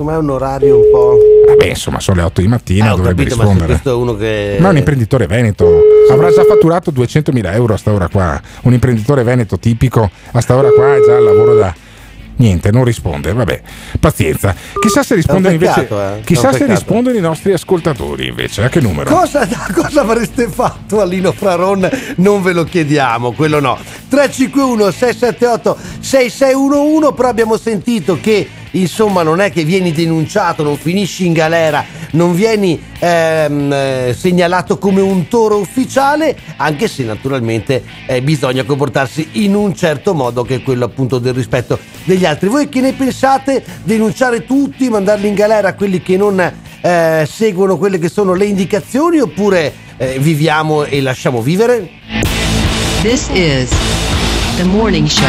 secondo me è un orario un po'. Vabbè, insomma, sono le otto di mattina, eh, dovrebbe capito, rispondere. Ma questo è uno che. Ma un imprenditore veneto avrà già fatturato duecentomila euro a sta ora qua. Un imprenditore veneto tipico a sta ora qua è già al lavoro da. Niente, non risponde, vabbè, pazienza. Chissà se rispondono peccato, invece. Eh. Chissà se rispondono i nostri ascoltatori invece. A che numero? Cosa, cosa avreste fatto a Lino Fraron? Non ve lo chiediamo, quello no. tre cinque uno sei sette otto sei sei uno uno, però abbiamo sentito che insomma non è che vieni denunciato, non finisci in galera, non vieni ehm, eh, segnalato come un toro ufficiale, anche se naturalmente eh, bisogna comportarsi in un certo modo, che è quello appunto del rispetto degli altri. Voi che ne pensate? Denunciare tutti, mandarli in galera quelli che non eh, seguono quelle che sono le indicazioni, oppure eh, viviamo e lasciamo vivere? This is the morning show.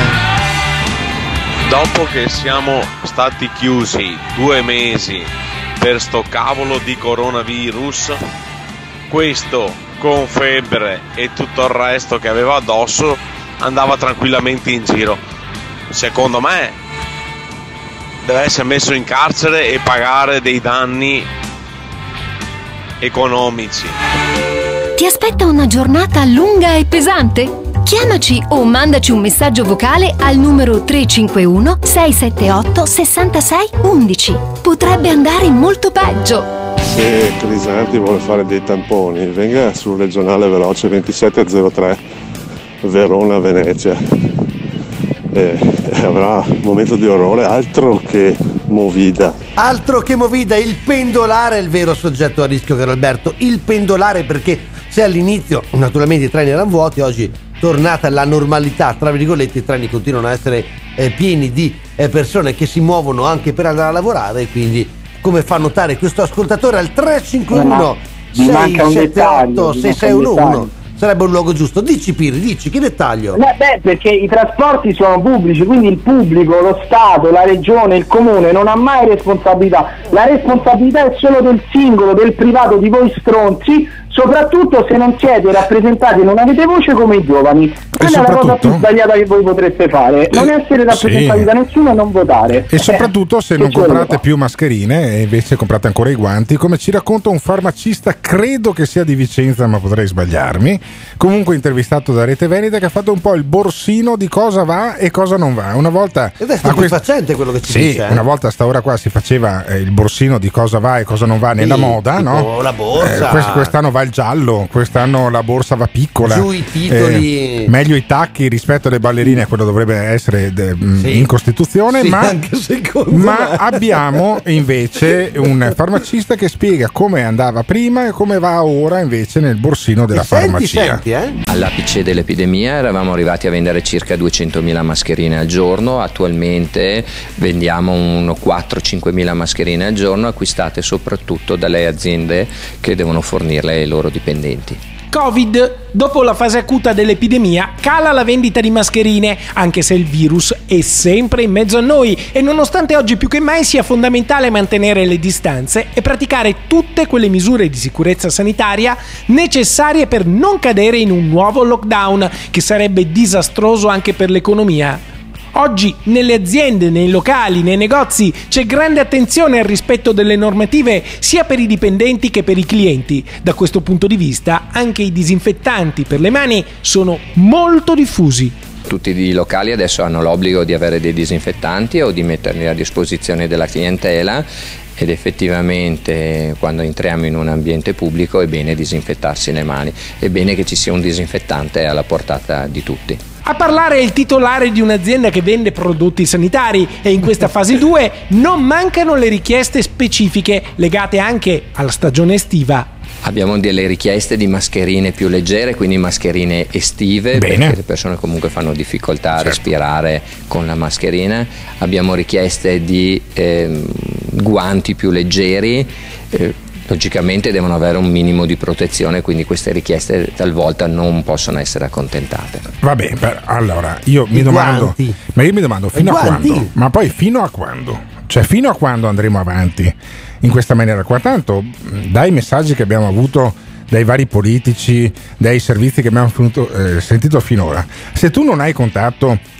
Dopo che siamo stati chiusi due mesi per sto cavolo di coronavirus, questo con febbre e tutto il resto che aveva addosso andava tranquillamente in giro. Secondo me deve essere messo in carcere e pagare dei danni economici. Ti aspetta una giornata lunga e pesante? Chiamaci o mandaci un messaggio vocale al numero tre cinque uno sei sette otto sei sei uno uno. Potrebbe andare molto peggio. Se Crisanti vuole fare dei tamponi, venga sul regionale veloce ventisette zero tre Verona-Venezia e, e avrà un momento di orrore, altro che movida. Altro che movida, il pendolare è il vero soggetto a rischio, caro Alberto. Il pendolare, perché se all'inizio naturalmente i treni erano vuoti, oggi tornata alla normalità, tra virgolette, i treni continuano a essere eh, pieni di eh, persone che si muovono anche per andare a lavorare, quindi come fa notare questo ascoltatore al tre cinque uno sei sette otto sei sei uno uno sarebbe un luogo giusto. Dici Piri, dici, che dettaglio? Eh beh, perché i trasporti sono pubblici, quindi il pubblico, lo Stato, la regione, il comune non ha mai responsabilità. La responsabilità è solo del singolo, del privato, di voi stronzi, soprattutto se non siete rappresentati, non avete voce come i giovani. Quella è la cosa più sbagliata che voi potreste fare, non essere rappresentati sì. da nessuno e non votare. E soprattutto se non comprate più mascherine e invece comprate ancora i guanti, come ci racconta un farmacista, credo che sia di Vicenza, ma potrei sbagliarmi, comunque intervistato da Rete Veneta, che ha fatto un po' il borsino di cosa va e cosa non va. Una volta ed è stupefacente quello che ci sì, dice. Eh? Una volta a sta ora qua si faceva eh, il borsino di cosa va e cosa non va nella sì, moda, no? La borsa. Eh, quest- quest'anno va il giallo, quest'anno la borsa va piccola. Giù i titoli. Eh, meglio i tacchi rispetto alle ballerine, quello dovrebbe essere de- sì. in Costituzione, sì, ma, anche secondo ma me. abbiamo invece un farmacista che spiega come andava prima e come va ora invece nel borsino della e senti, farmacia. Senti, eh? All'apice dell'epidemia eravamo arrivati a vendere circa duecentomila mascherine al giorno, attualmente vendiamo un quattro-cinquemila mascherine al giorno, acquistate soprattutto dalle aziende che devono fornirle ai loro dipendenti. Covid. Dopo la fase acuta dell'epidemia cala la vendita di mascherine, anche se il virus è sempre in mezzo a noi e nonostante oggi più che mai sia fondamentale mantenere le distanze e praticare tutte quelle misure di sicurezza sanitaria necessarie per non cadere in un nuovo lockdown che sarebbe disastroso anche per l'economia. Oggi nelle aziende, nei locali, nei negozi c'è grande attenzione al rispetto delle normative sia per i dipendenti che per i clienti. Da questo punto di vista anche i disinfettanti per le mani sono molto diffusi. Tutti i locali adesso hanno l'obbligo di avere dei disinfettanti o di metterli a disposizione della clientela ed effettivamente quando entriamo in un ambiente pubblico è bene disinfettarsi le mani, è bene che ci sia un disinfettante alla portata di tutti. A parlare è il titolare di un'azienda che vende prodotti sanitari e in questa fase due non mancano le richieste specifiche legate anche alla stagione estiva. Abbiamo delle richieste di mascherine più leggere, quindi mascherine estive. Bene. Perché le persone comunque fanno difficoltà a certo. respirare con la mascherina. Abbiamo richieste di eh, guanti più leggeri, eh, logicamente devono avere un minimo di protezione, quindi queste richieste talvolta non possono essere accontentate. Vabbè, per, allora io mi domando, guanti. ma io mi domando fino a quando? Ma poi fino a quando? Cioè fino a quando andremo avanti in questa maniera? Qua tanto dai messaggi che abbiamo avuto dai vari politici, dai servizi che abbiamo finito, eh, sentito finora, se tu non hai contatto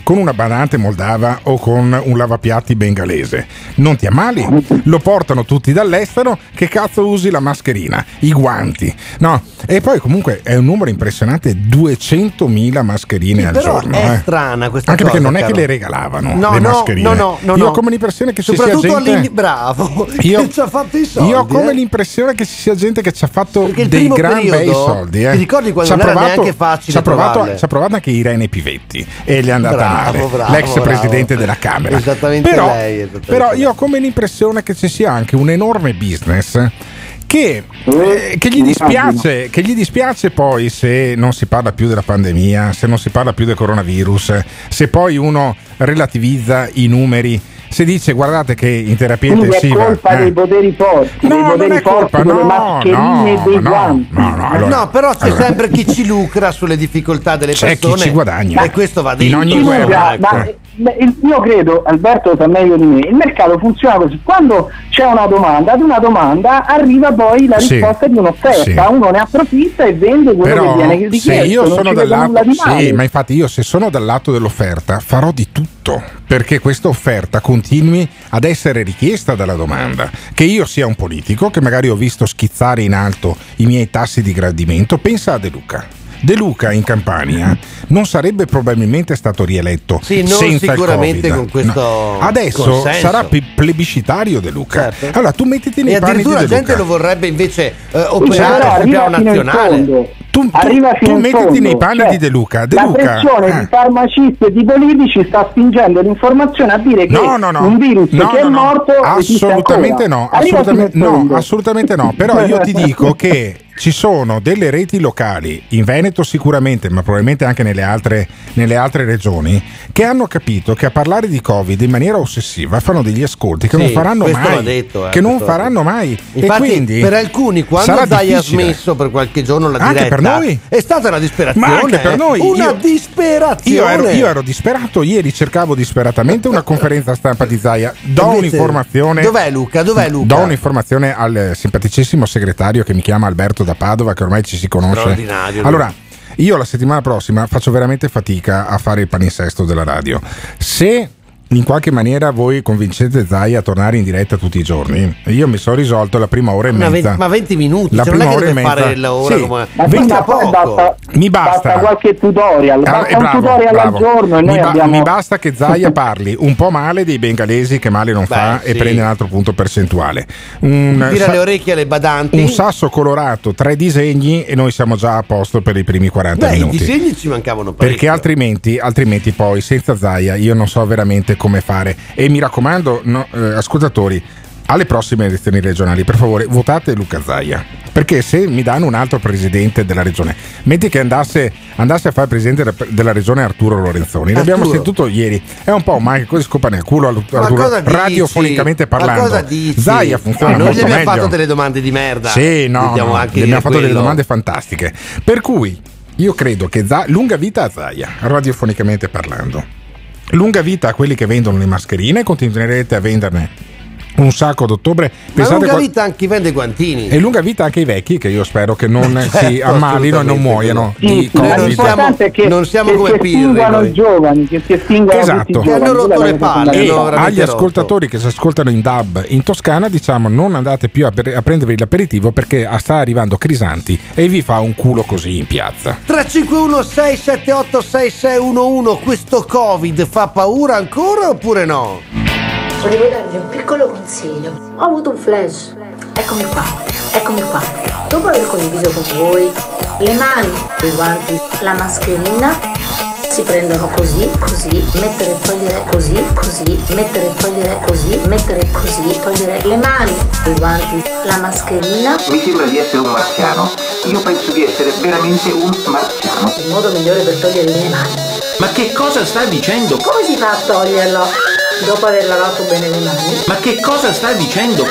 con una badante moldava o con un lavapiatti bengalese. Non ti ammali, lo portano tutti dall'estero, che cazzo usi la mascherina, i guanti, no? E poi comunque è un numero impressionante, duecentomila mascherine sì, al però giorno. È eh. strana questa Anche cosa. Perché non è caro. che le regalavano no, le no, mascherine. No, no, no, io no. ho come l'impressione che ci soprattutto sia gente all'inizio, bravo, io, che ci ha fatto i soldi. Io ho come eh? l'impressione che ci sia gente che ci ha fatto Perché dei gran periodo, bei soldi. Eh. Ti ricordi quando ci non ha era provato, neanche facile ci ha provato, trovarle. ci ha provato anche Irene Pivetti e gli è andata Bravo, male, bravo, l'ex bravo. presidente della Camera. Esattamente però, lei. Esattamente però lei. io ho come l'impressione che ci sia anche un enorme business che, eh, che, gli dispiace, che gli dispiace poi se non si parla più della pandemia, se non si parla più del coronavirus, se poi uno relativizza i numeri, se dice guardate che in terapia quindi intensiva è colpa eh. dei poteri forti, no, dei poteri non è forti colpa, delle no, mascherine e no, dei no, guanti. no, no, allora, no, però c'è allora. sempre chi ci lucra sulle difficoltà delle c'è persone. chi ci guadagna E questo va in detto. ogni Chi guerra, lucra, ecco. ma, beh, il- io credo, Alberto lo sa meglio di me, il mercato funziona così: quando c'è una domanda, ad una domanda arriva poi la Sì, risposta di un'offerta, sì. uno ne approfitta e vende quello Però che viene richiesto. se io non sono ci dal vedo nulla lato di male. sì, ma infatti io se sono dal lato dell'offerta farò di tutto perché questa offerta continui ad essere richiesta dalla domanda. Che io sia un politico, che magari ho visto schizzare in alto i miei tassi di gradimento, pensa a De Luca. De Luca in Campania non sarebbe probabilmente stato rieletto Sì, non senza sicuramente il Covid. con questo No. Adesso consenso. sarà pi- plebiscitario De Luca. Certo. Allora tu mettiti nei E panni di addirittura De la gente Luca. lo vorrebbe invece eh, Sì, operare però sul piano arriva fino in nazionale. fondo. Tu, tu, Arriva fino tu in mettiti fondo. nei panni Cioè, di De Luca. De la Luca pressione eh. di farmacisti e di politici sta spingendo l'informazione a dire che No, no, no. un virus No, che no, è no. morto esiste assolutamente ancora. no, Arriva assolutamente, fino in no, fondo. assolutamente no. Però io ti dico che ci sono delle reti locali in Veneto sicuramente, ma probabilmente anche nelle altre, nelle altre regioni, che hanno capito che a parlare di Covid in maniera ossessiva fanno degli ascolti che Sì, non faranno questo mai, va detto, eh, che non questo va faranno mai. Infatti, e quindi per alcuni, quando sarà Zai ha difficile. smesso per qualche giorno la Anche diretta, per noi. è stata una disperazione. Ma anche per eh. noi, una io- disperazione. Io ero, io ero disperato, ieri cercavo disperatamente una conferenza stampa di Zaia. Do Invece- un'informazione. Dov'è Luca? Dov'è Luca? Do un'informazione al simpaticissimo segretario che mi chiama Alberto da Padova, che ormai ci si conosce. Straordinario. Allora, io la settimana prossima faccio veramente fatica a fare il palinsesto della radio. Se in qualche maniera voi convincete Zai a tornare in diretta tutti i giorni, io mi sono risolto la prima ora e Ma, mezza. ve- ma venti minuti, La cioè non è prima che ora e deve mezza. fare l'ora Sì. come Ma venti- basta, poco. basta, Mi basta. qualche tutorial, Ah, basta eh, un bravo, tutorial bravo. al giorno e noi mi, ba- abbiamo... mi basta che Zaia parli un po' male dei bengalesi, che male non fa, Beh, e sì. prende un altro punto percentuale. Un, Tira sa- le orecchie alle badanti. un sasso colorato, tre disegni e noi siamo già a posto per i primi quaranta Beh, i minuti. disegni ci mancavano parecchio. Perché altrimenti, altrimenti poi senza Zaia io non so veramente come fare. E mi raccomando, no, eh, ascoltatori, alle prossime elezioni regionali, per favore, votate Luca Zaia. Perché se mi danno un altro presidente della regione, metti che andasse, andasse a fare presidente della, della regione Arturo Lorenzoni, l'abbiamo Arturo. sentito ieri, è un po' mai che così scopa nel culo Ma Arturo, cosa dici? radiofonicamente Ma parlando. cosa dici? Zaia funziona Eh, noi molto gli abbiamo meglio. fatto delle domande di merda. Sì, no, Dobbiamo no, anche gli dire abbiamo fatto delle quello. domande fantastiche. Per cui io credo che Za- lunga vita a Zaia, radiofonicamente parlando. Lunga vita a quelli che vendono le mascherine, continuerete a venderne un sacco ad ottobre. Ma Pensate lunga qua- vita anche chi vende guantini. E lunga vita anche ai vecchi, che io spero che non Certo, si ammalino e non assolutamente, muoiano Sì, di sì, ma Covid. l'importante è che, non siamo che come si Pirri, estinguano noi. i giovani, che si estinguano Esatto. tutti i Che giovani. hanno rotto quella è le la cosa palle, E no, fondamentale. veramente agli rotto. ascoltatori che si ascoltano in D A B in Toscana diciamo non andate più a, per- a prendervi l'aperitivo perché sta arrivando Crisanti e vi fa un culo così in piazza. tre cinque uno sei sette otto sei sei uno uno. Questo Covid fa paura ancora oppure no? Volevo darvi un piccolo consiglio. Ho avuto un flash. Eccomi qua, eccomi qua. Dopo aver condiviso con voi le mani, i guanti, la mascherina, si prendono così, così, mettere e togliere così, così, mettere e togliere così, mettere e così, togliere le mani, i guanti, la mascherina. Mi sembra di essere un marziano. Io penso di essere veramente un marziano. Il modo migliore per togliere le mani. Ma che cosa sta dicendo? Come si fa a toglierlo? Dopo aver lavato bene le mani. Ma che cosa sta dicendo?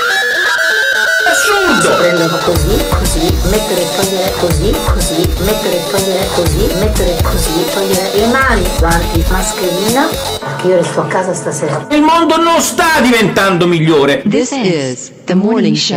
Si Assurdo! prendono così, così, mettere e togliere così, così, mettere e togliere così, mettere così, togliere le mani, guanti, mascherina, perché io resto a casa stasera. Il mondo non sta diventando migliore. This is the morning show.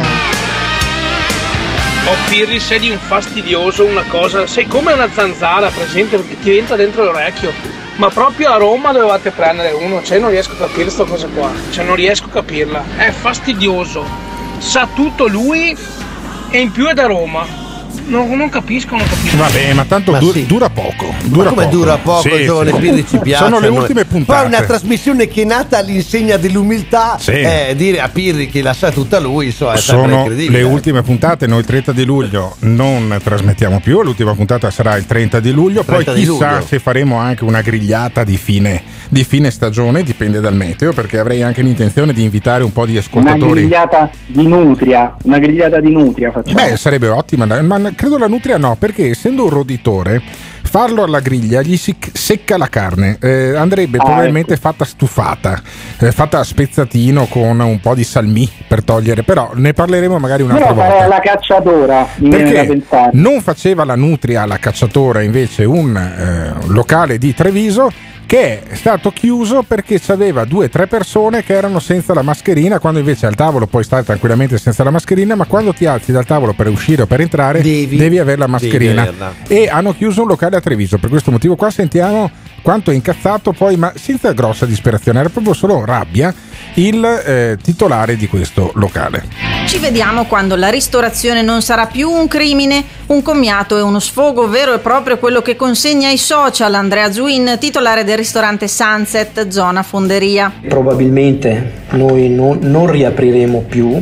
Oh Pirri, sei di un fastidioso, una cosa, sei come una zanzara, presente, che ti entra dentro l'orecchio. Ma proprio a Roma dovevate prendere uno, cioè non riesco a capire questa cosa qua, cioè non riesco a capirla, è fastidioso, sa tutto lui e in più è da Roma. Non, non capisco, non capisco. Vabbè, ma tanto Ma du- sì. dura poco. Dura Ma come poco. dura poco, Sì, giovane sì. Pirri, ci piace. Sono le a noi. ultime puntate. Poi una trasmissione che è nata all'insegna dell'umiltà, Sì. eh, dire a Pirri che la sa tutta lui, insomma, è sempre Sono incredibile. le ultime puntate. Noi il trenta di luglio non trasmettiamo più. L'ultima puntata sarà il trenta di luglio. Poi trenta di chissà luglio. se faremo anche una grigliata di fine, di fine stagione. Dipende dal meteo, perché avrei anche l'intenzione di invitare un po' di Una ascoltatori. grigliata di nutria, una grigliata di nutria facciamo. Beh, sarebbe ottima, ma credo la nutria no, perché essendo un roditore, farlo alla griglia gli si secca la carne. Eh, andrebbe Ah, probabilmente fatta stufata, eh, fatta a spezzatino con un po' di salmì per togliere, però ne parleremo magari un'altra Però farei volta. alla cacciatora, mi viene da Perché pensare. non faceva la nutria alla cacciatora invece un eh, locale di Treviso che è stato chiuso perché c'aveva due o tre persone che erano senza la mascherina, quando invece al tavolo puoi stare tranquillamente senza la mascherina, ma quando ti alzi dal tavolo per uscire o per entrare devi, devi avere la mascherina. devi averla. E hanno chiuso un locale a Treviso. Per questo motivo qua sentiamo quanto è incazzato poi, ma senza grossa disperazione, era proprio solo rabbia, il eh, titolare di questo locale. Ci vediamo quando la ristorazione non sarà più un crimine, un commiato e uno sfogo vero e proprio, quello che consegna ai social Andrea Zuin, titolare del ristorante Sunset, zona Fonderia. Probabilmente noi non, non riapriremo più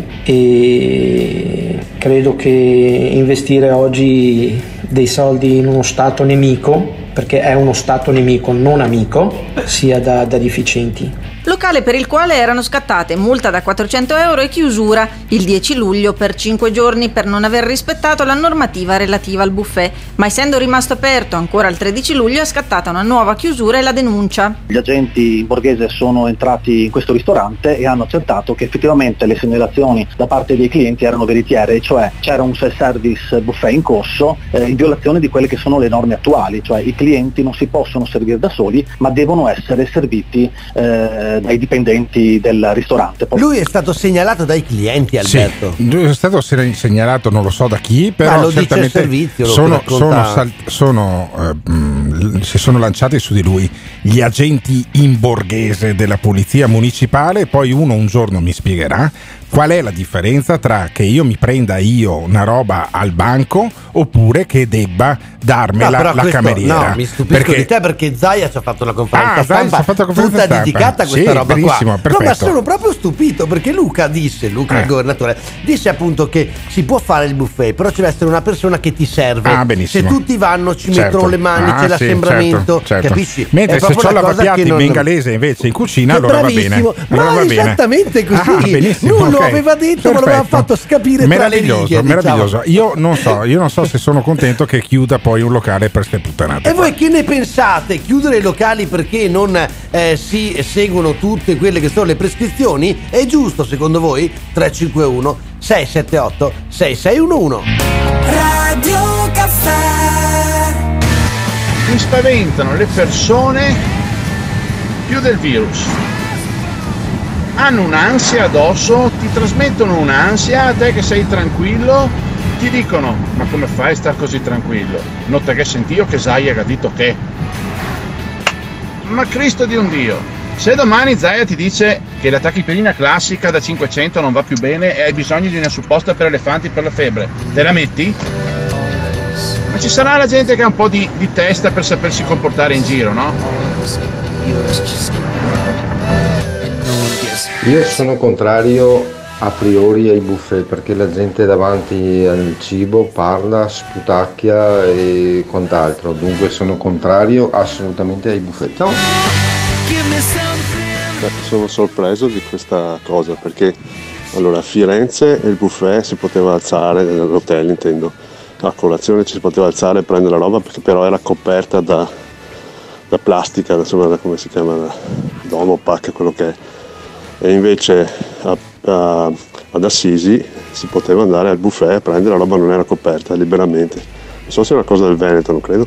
e credo che investire oggi dei soldi in uno stato nemico, perché è uno stato nemico, non amico, sia da, da deficienti. Locale per il quale erano scattate multa da quattrocento euro e chiusura il dieci luglio per cinque giorni per non aver rispettato la normativa relativa al buffet, ma essendo rimasto aperto ancora il tredici luglio è scattata una nuova chiusura e la denuncia. Gli agenti in borghese sono entrati in questo ristorante e hanno accertato che effettivamente le segnalazioni da parte dei clienti erano veritiere, cioè c'era un self-service buffet in corso eh, in violazione di quelle che sono le norme attuali, cioè i clienti non si possono servire da soli ma devono essere serviti eh, dai dipendenti del ristorante. Lui è stato segnalato dai clienti, Alberto. Sì, lui è stato segnalato non lo so da chi, però Ma lo dice il certamente servizio, lo sono, racconta- sono, sal- sono eh, mh, si sono lanciati su di lui gli agenti in borghese della polizia municipale. Poi uno un giorno mi spiegherà qual è la differenza tra che io mi prenda io una roba al banco oppure che debba darmela No, però la questo- cameriera. No, mi stupisco perché di te perché Zaia ci ha fatto una conferenza Ah, Zaia ci stampa ha fatto la conferenza tutta stampa. dedicata a questa Sì, roba benissimo, qua. perfetto. No, ma sono proprio stupito perché Luca disse, Luca Eh. il governatore, disse appunto che si può fare il buffet, però ci deve essere una persona che ti serve. Ah, benissimo. Se tutti vanno ci Certo. mettono le mani, Ah, c'è sì, l'assembramento, certo, certo. capisci? Mentre È se proprio c'ho una cosa lavapiatti che non- bengalese invece in cucina, allora va bene. Bravissimo. Allora Ma va bene. esattamente così. Ah, benissimo, Non lo ok. aveva detto, ma l'aveva Perfetto. fatto capire tra le Meraviglioso, righe, diciamo. meraviglioso. Io non so, io non so se sono contento che chiuda poi un locale per ste puttanate. E voi che ne pensate? Chiudere i locali perché non eh, si seguono tutte quelle che sono le prescrizioni? È giusto secondo voi? tre cinque uno sei sette otto sei sei uno uno. Radio Caffè. Mi spaventano le persone più del virus. Hanno un'ansia addosso, ti trasmettono un'ansia, a te che sei tranquillo, ti dicono: ma come fai a star così tranquillo? Nota che senti io che Zaia ha detto che. Ma Cristo di un Dio, se domani Zaia ti dice che la tachipirina classica da cinquecento non va più bene e hai bisogno di una supposta per elefanti per la febbre, te la metti? Ma ci sarà la gente che ha un po' di, di testa per sapersi comportare in giro, no? Io sono contrario a priori ai buffet perché la gente davanti al cibo parla, sputacchia e quant'altro, dunque sono contrario assolutamente ai buffet. Ciao! Beh, sono sorpreso di questa cosa perché allora a Firenze il buffet si poteva alzare, nell'hotel intendo, a colazione ci si poteva alzare e prendere la roba perché però era coperta da, da plastica, insomma da, come si chiama, da, da Omopac, quello che è. E invece a, a, ad Assisi si poteva andare al buffet a prendere la roba, non era coperta liberamente. Non so se è una cosa del Veneto, non credo.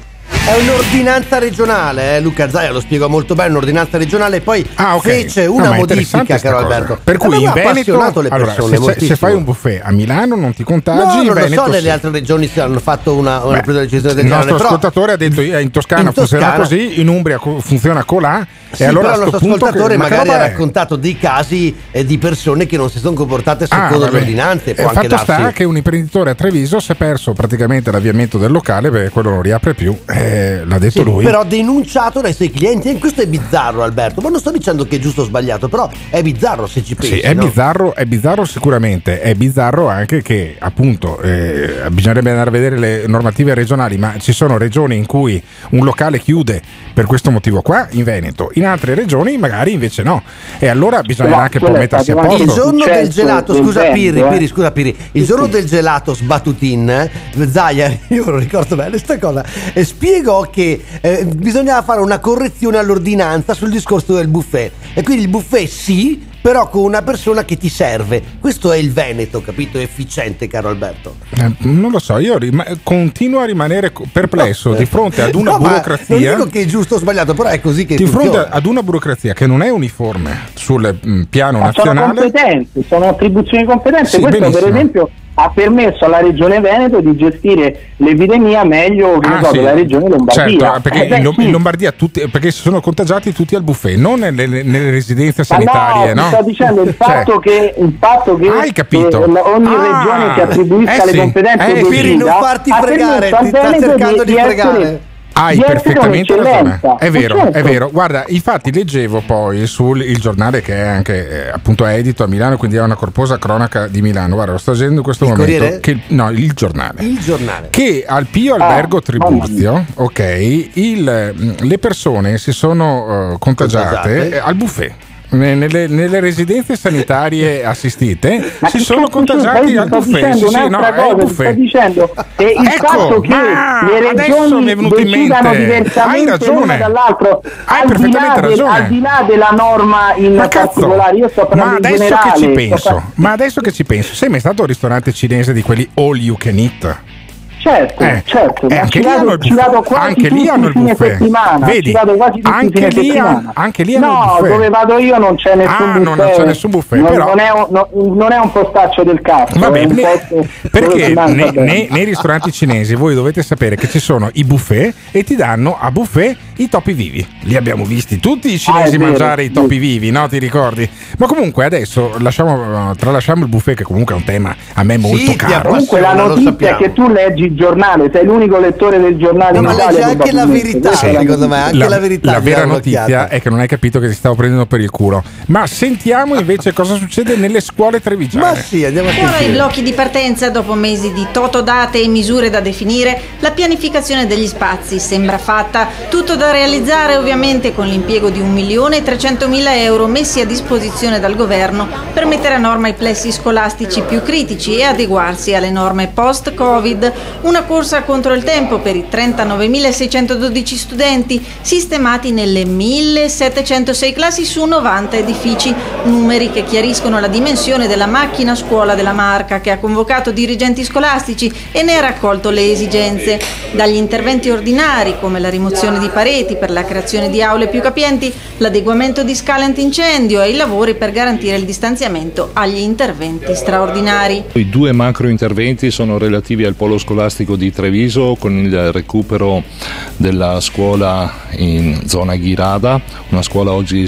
È un'ordinanza regionale, eh? Luca Zaia lo spiegò molto bene, un'ordinanza regionale, poi ah, okay. fece una no, modifica, caro Alberto. Per cui in Veneto, le allora, persone, se, se fai un buffet a Milano non ti contagi, no, in non Veneto lo so, sì. nelle altre regioni si hanno fatto una, una Beh, presa decisione del il genere. nostro però ascoltatore ha detto eh, in Toscana in funziona Toscana, così, in Umbria funziona colà. Sì, e allora però il nostro ascoltatore che, magari ha è? raccontato dei casi eh, di persone che non si sono comportate secondo ah, le ordinanze. Può eh, anche fatto darsi... sta che un imprenditore a Treviso si è perso praticamente l'avviamento del locale perché quello non riapre più, eh, l'ha detto sì, lui. Però denunciato dai suoi clienti, e questo è bizzarro, Alberto, ma non sto dicendo che è giusto o sbagliato, però è bizzarro se ci pensi. Sì, è no? bizzarro, è bizzarro sicuramente, è bizzarro anche che appunto eh, bisognerebbe andare a vedere le normative regionali, ma ci sono regioni in cui un locale chiude per questo motivo qua, in Veneto, in altre regioni magari invece no, e allora bisognerà anche poi mettersi a posto. Il giorno del gelato, del scusa vento, Pirri, eh. Pirri, scusa Pirri, il giorno del gelato sbattutin, Zaia, io lo ricordo bene sta cosa, e spiegò che eh, bisognava fare una correzione all'ordinanza sul discorso del buffet, e quindi il buffet sì, però con una persona che ti serve. Questo è il Veneto, capito? Efficiente, caro Alberto. Eh, non lo so, io rima- continuo a rimanere perplesso no, di fronte ad una no, burocrazia. Non dico che è giusto o sbagliato, però è così che di funziona. fronte ad una burocrazia che non è uniforme sul mh, piano Ma nazionale. sono competenze, sono attribuzioni di competenze. Sì, questo benissimo. per esempio ha permesso alla regione Veneto di gestire l'epidemia meglio che Ah, so, sì. della regione Lombardia. Certo, perché Eh, beh, in, Lom- sì. in Lombardia tutti, perché si sono contagiati tutti al buffet, non nelle, nelle residenze sanitarie. Ma no, no? ti sto dicendo il fatto Cioè, che il fatto che hai capito? eh, ogni Ah, regione si attribuisca eh le sì, competenze eh, precise, Pirri, non farti ha fregare, permesso al ti sta Veneto cercando di essere- fregare. Hai di essere perfettamente ragione, un'eccellenza. è vero, Eh, certo. è vero. Guarda, infatti leggevo poi sul il giornale che è anche eh, appunto è edito a Milano, quindi è una corposa cronaca di Milano. Guarda, lo sto leggendo in questo Il momento. Corriere? Che, no, il giornale. Il giornale. Che al Pio Albergo Ah, Tribuzio, ok, il, le persone si sono uh, contagiate, Contagiate. eh, al buffet. Nelle, nelle residenze sanitarie assistite Ma si che sono cazzo contagiati c'è? al Sto buffet. dicendo Sì, sì, no, un'altra è il cosa, ti buffet. sto dicendo che il Ecco, fatto che ma le adesso regioni mi è venuto in decidano mente. diversamente Hai ragione. l'una dall'altro, Hai al di, perfettamente là del, ragione. al di là della norma in Ma cazzo, particolare, io sto ma parlando in adesso generale. che ci sto penso, par- ma adesso che ci penso, sei mai stato al ristorante cinese di quelli all you can eat? Certo, Eh, certo, eh, ma anche ci lì hanno vado, il ci buffet. vado quasi Anche lì tutti hanno i il fine buffet. settimana, Vedi? ci vado quasi tutti i Anche fine lì, settimana. ha- anche lì hanno il No, buffet. dove vado io non c'è nessun Ah, buffet. no, non c'è nessun buffet, non, però- non, è un, no, non è un postaccio del cazzo. Va è un bene, posto dove perché si mangia nei, bene. nei- nei ristoranti cinesi voi dovete sapere che ci sono i buffet e ti danno a buffet i topi vivi. Li abbiamo visti tutti i cinesi Ah, è vero, mangiare i sì. topi vivi, no? Ti ricordi? Ma comunque adesso lasciamo, tralasciamo il buffet, che comunque è un tema a me molto ti caro. Comunque la Lo notizia è sappiamo. che tu leggi il giornale, sei l'unico lettore del giornale No, in ma Italia, legge anche la probabilmente. verità, Questa è la secondo me, notizia. anche la, verità. La gli vera dà notizia un'occhiata. è che non hai capito che ti stavo prendendo per il culo. Ma sentiamo invece cosa succede nelle scuole trevigiane. Ma sì, andiamo a Ora i sentire. blocchi di partenza, dopo mesi di totodate e misure da definire, la pianificazione degli spazi sembra fatta. Tutto da realizzare ovviamente con l'impiego di un milione e trecentomila euro messi a disposizione dal governo per mettere a norma i plessi scolastici più critici e adeguarsi alle norme post-Covid. Una corsa contro il tempo per i trentanovemilaseicentododici studenti sistemati nelle millesettecentosei classi su novanta edifici, numeri che chiariscono la dimensione della macchina scuola della Marca, che ha convocato dirigenti scolastici e ne ha raccolto le esigenze. Dagli interventi ordinari, come la rimozione di pareti per la creazione di aule più capienti, l'adeguamento di scale antincendio e i lavori per garantire il distanziamento, agli interventi straordinari. I due macro interventi sono relativi al polo scolastico di Treviso, con il recupero della scuola in zona Ghirada, una scuola oggi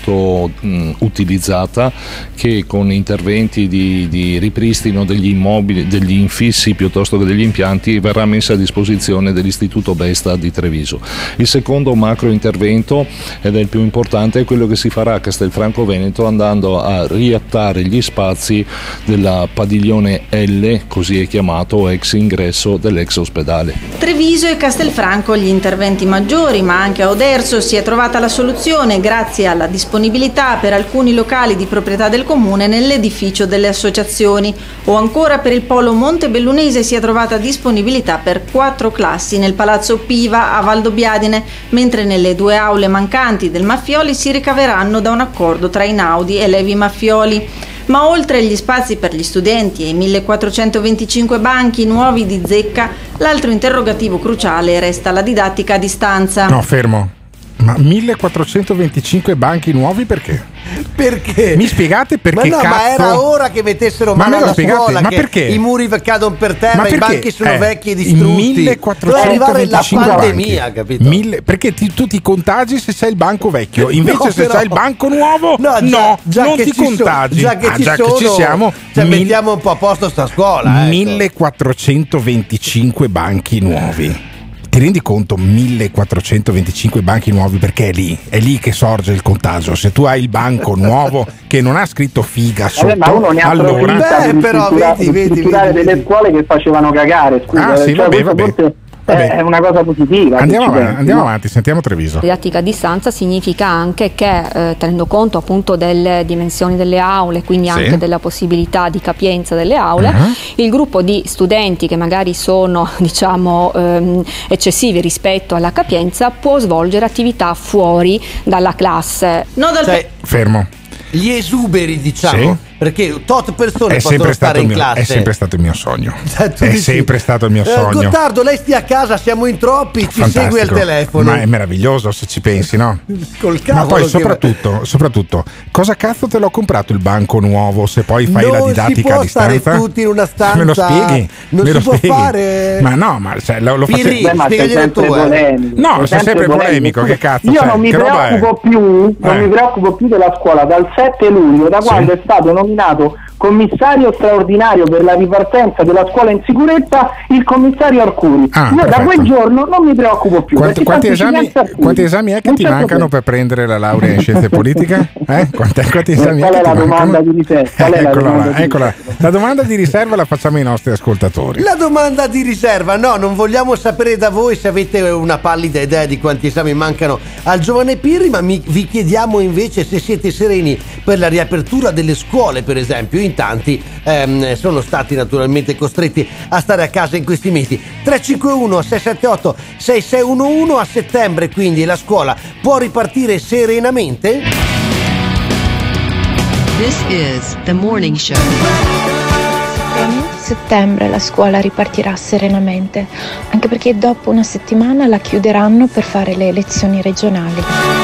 sottoutilizzata, che con interventi di, di ripristino degli immobili, degli infissi piuttosto che degli impianti, verrà messa a disposizione dell'Istituto Besta di Treviso. Il secondo macro intervento, ed è il più importante, è quello che si farà a Castelfranco Veneto, andando a riattare gli spazi della padiglione L, così è chiamato, ex ingresso dell'ex ospedale. Treviso e Castelfranco gli interventi maggiori, ma anche a Oderzo si è trovata la soluzione grazie alla disponibilità per alcuni locali di proprietà del comune nell'edificio delle associazioni, o ancora per il polo Montebellunese si è trovata disponibilità per quattro classi nel Palazzo Piva a Valdobbiadene, mentre nelle due aule mancanti del Maffioli si ricaveranno da un accordo tra Inaudi e Levi Maffioli. Ma oltre agli spazi per gli studenti e i millequattrocentoventicinque banchi nuovi di zecca, l'altro interrogativo cruciale resta la didattica a distanza. No, fermo. Ma millequattrocentoventicinque banchi nuovi perché? Perché? Mi spiegate perché? Ma no, cazzo? ma era ora che mettessero Ma mano me lo alla spiegate? scuola, Ma che perché? i muri cadono per terra, Ma i perché? banchi sono Eh, vecchi e distrutti. millequattrocentoventicinque Deve arrivare la pandemia, banchi. capito? Mille, perché ti, tu ti contagi se c'hai il banco vecchio, invece No, se però- c'hai il banco nuovo, No, no, già- già non che ti ci sono- contagi. già che Ah, ci già sono, che ci siamo, cioè, mil- mettiamo un po' a posto sta scuola. Ecco. millequattrocentoventicinque banchi nuovi. Ti rendi conto? millequattrocentoventicinque banchi nuovi, perché è lì, è lì che sorge il contagio. Se tu hai il banco nuovo che non ha scritto figa sotto, Vabbè, ma uno ne ha allora approfittato di però, struttura- vedi, di vedi, strutturare vedi, delle vedi. scuole che facevano cagare, scusa, Ah, sì, cioè, vabbè, questo vabbè. forse Vabbè. è una cosa positiva. Andiamo, se ci avanti, pensi, andiamo no? avanti, sentiamo Treviso. Didattica a distanza significa anche che, eh, tenendo conto appunto delle dimensioni delle aule, quindi Sì. anche della possibilità di capienza delle aule, Uh-huh. il gruppo di studenti che magari sono diciamo ehm, eccessivi rispetto alla capienza può svolgere attività fuori dalla classe. No, dal Cioè, Fermo. gli esuberi, diciamo, Sì. perché tot persone È possono sempre, stato stare il in mio, classe. è sempre stato il mio sogno. Cioè, tu È dici, sempre stato il mio eh, sogno. Gottardo, lei stia a casa, siamo in troppi, ci Fantastico. segue al telefono. Ma è meraviglioso se ci pensi, no? Col cavolo Ma poi che- soprattutto, soprattutto, cosa cazzo te l'ho comprato il banco nuovo se poi fai non la si didattica può a distanza? stare tutti in una stanza. Me lo spieghi? Non Me si lo può spieghi? fare. Ma no, ma cioè, lo, lo Pirri, facevo. Beh, ma sei spiegaglielo sempre tu, eh. polemico. No, sei sei sempre polemico, che cazzo Io sei? non mi Che roba è? preoccupo più, non Eh. mi preoccupo più della scuola dal sette luglio, da Sì. quando è stato nominato commissario straordinario per la ripartenza della scuola in sicurezza il commissario Arcuri. Ah, Io da perfetto. quel giorno non mi preoccupo più. Quanti, perché quanti tanto ci esami, pensa Arcuri. quanti esami è che Non ti c'è mancano problema. per prendere la laurea in scienze politiche? Eh? Quanti, quanti esami Qual è è che la ti domanda mancano? di riserva? Qual è la Eccola, domanda là, di eccola. riserva? La domanda di riserva la facciamo ai nostri ascoltatori. La domanda di riserva, no, non vogliamo sapere da voi se avete una pallida idea di quanti esami mancano al giovane Pirri, ma mi- vi chiediamo invece se siete sereni per la riapertura delle scuole, per esempio. In tanti ehm, sono stati naturalmente costretti a stare a casa in questi mesi. tre cinque uno sei sette otto sei sei uno uno, a settembre quindi la scuola può ripartire serenamente? This is the morning show. Sicuramente a settembre la scuola ripartirà serenamente, anche perché dopo una settimana la chiuderanno per fare le elezioni regionali.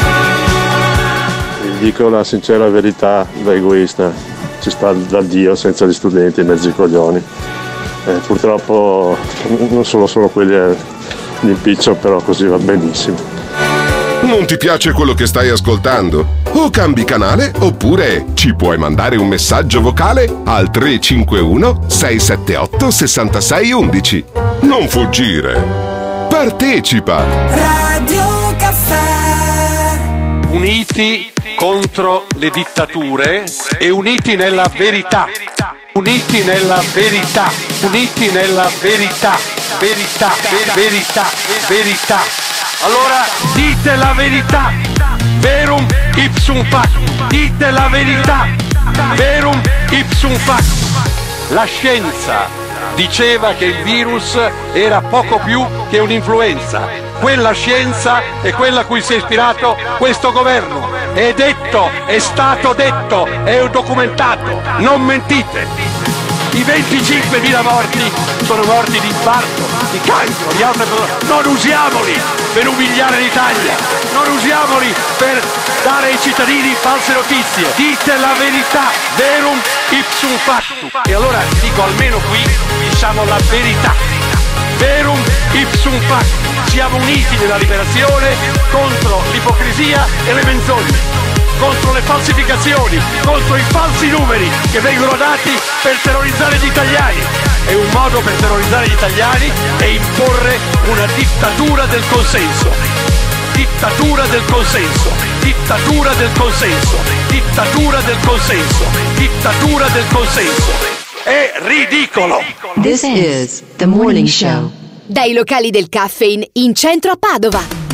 Vi dico la sincera verità da egoista, ci sta dal Dio senza gli studenti e mezzi coglioni. Eh, purtroppo non sono solo quelli eh, di impiccio, però così va benissimo. Non ti piace quello che stai ascoltando? O cambi canale oppure ci puoi mandare un messaggio vocale al tre cinque uno sei sette otto sei sei uno uno. Non fuggire! Partecipa! Radio Caffè. Uniti contro le dittature e uniti nella verità. Uniti nella verità. Uniti nella verità. Verità, ver- verità, verità. Allora dite la verità. Verum ipsum fac. Dite la verità. Verum ipsum fac. La scienza diceva che il virus era poco più che un'influenza. Quella scienza è quella a cui si è ispirato questo governo. È detto, è stato detto, è documentato. Non mentite. I venticinquemila morti sono morti di infarto, di cancro, di altre cose. Non usiamoli per umiliare l'Italia. Non usiamoli per dare ai cittadini false notizie. Dite la verità. Verum ipsum factum. E allora dico, almeno qui diciamo la verità. Verum ipsum factum. Siamo uniti nella liberazione contro l'ipocrisia e le menzogne, contro le falsificazioni, contro i falsi numeri che vengono dati per terrorizzare gli italiani. E un modo per terrorizzare gli italiani è imporre una dittatura del consenso. Dittatura del consenso. Dittatura del consenso. Dittatura del consenso. Dittatura del consenso. È ridicolo. This is the morning show. Dai locali del Caffeine in centro a Padova.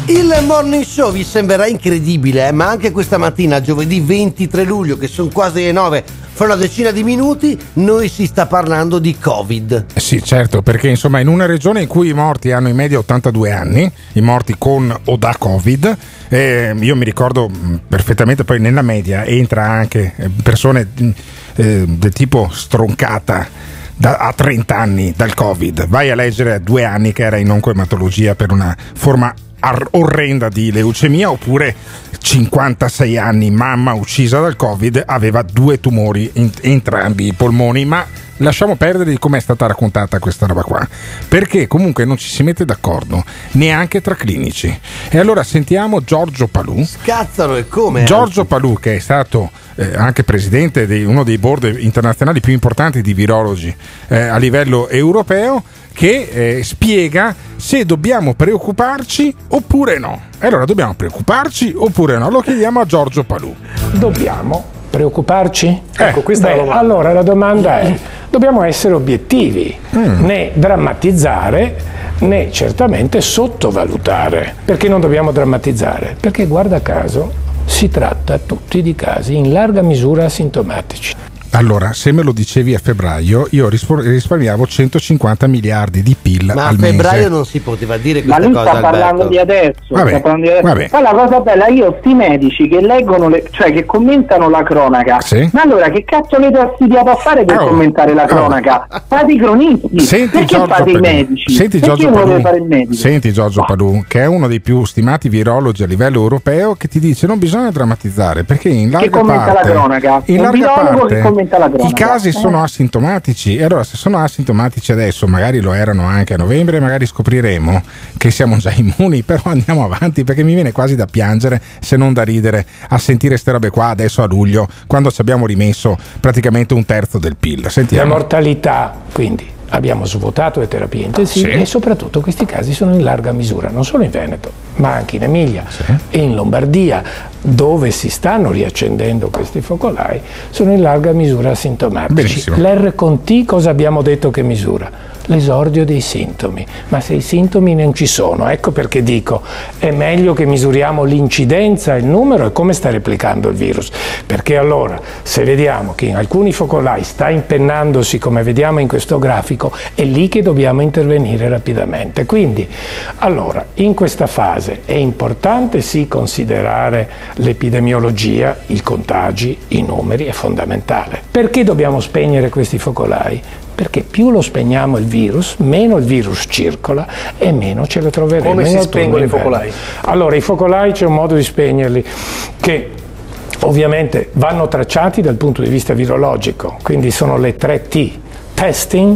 Il Morning Show vi sembrerà incredibile, eh? Ma anche questa mattina, giovedì ventitré luglio, che sono quasi le nove, fra una decina di minuti, noi si sta parlando di Covid. Sì, certo, perché insomma in una regione in cui i morti hanno in media ottantadue anni, i morti con o da Covid, eh, io mi ricordo perfettamente, poi nella media entra anche persone eh, del tipo stroncata da, a trenta anni dal Covid. Vai a leggere a due anni che era in oncoematologia per una forma ar- orrenda di leucemia, oppure cinquantasei anni, mamma uccisa dal Covid, aveva due tumori in entrambi i polmoni. Ma lasciamo perdere di come è stata raccontata questa roba qua, perché comunque non ci si mette d'accordo neanche tra clinici. E allora sentiamo Giorgio Palù. Scazzano e come? Giorgio Palù, che è stato eh, anche presidente di uno dei board internazionali più importanti di virologi eh, a livello europeo, che eh, spiega se dobbiamo preoccuparci oppure no. Allora, dobbiamo preoccuparci oppure no? Lo chiediamo a Giorgio Palù. Dobbiamo preoccuparci? Eh, ecco, questa beh, è la domanda. Allora la domanda è: dobbiamo essere obiettivi, mm. né drammatizzare né certamente sottovalutare. Perché non dobbiamo drammatizzare? Perché guarda caso si tratta tutti di casi in larga misura asintomatici. Allora, se me lo dicevi a febbraio, io risparmiavo centocinquanta miliardi di P I L ma al mese. Ma a febbraio non si poteva dire questa cosa. Ma lui cosa, sta parlando Alberto. di adesso. Vabbè, sta parlando di adesso. vabbè. Ma la cosa bella, io sti medici che leggono, le, cioè che commentano la cronaca, sì? Ma allora che cazzo avete studiato a fare per oh. commentare la cronaca? Oh. Fate i cronisti. Senti perché Giorgio fate Palù. i medici? Senti perché Giorgio uno Palù. deve fare il medico? Senti Giorgio Palù, che è uno dei più stimati virologi a livello europeo, che ti dice non bisogna drammatizzare, perché in larga che commenta parte, la cronaca. in un larga virologo parte, che commenta la cronaca. i casi sono eh. asintomatici, e allora se sono asintomatici adesso, magari lo erano anche a novembre, magari scopriremo che siamo già immuni, però andiamo avanti, perché mi viene quasi da piangere, se non da ridere, a sentire ste robe qua adesso a luglio, quando ci abbiamo rimesso praticamente un terzo del P I L. Sentiamo. La mortalità, quindi abbiamo svuotato le terapie intensive, sì. E soprattutto questi casi sono in larga misura, non solo in Veneto, ma anche in Emilia, sì. E in Lombardia, dove si stanno riaccendendo questi focolai, sono in larga misura asintomatici. Benissimo. L'R con T cosa abbiamo detto che misura? L'esordio dei sintomi, ma se i sintomi non ci sono, ecco perché dico è meglio che misuriamo l'incidenza, il numero e come sta replicando il virus, perché allora se vediamo che in alcuni focolai sta impennandosi, come vediamo in questo grafico, è lì che dobbiamo intervenire rapidamente. Quindi allora in questa fase è importante sì considerare l'epidemiologia, i contagi, i numeri, è fondamentale. Perché dobbiamo spegnere questi focolai? Perché più lo spegniamo il virus, meno il virus circola e meno ce lo troveremo. Come si spengono i focolai? Allora, i focolai c'è un modo di spegnerli che ovviamente vanno tracciati dal punto di vista virologico, quindi sono le tre T: testing,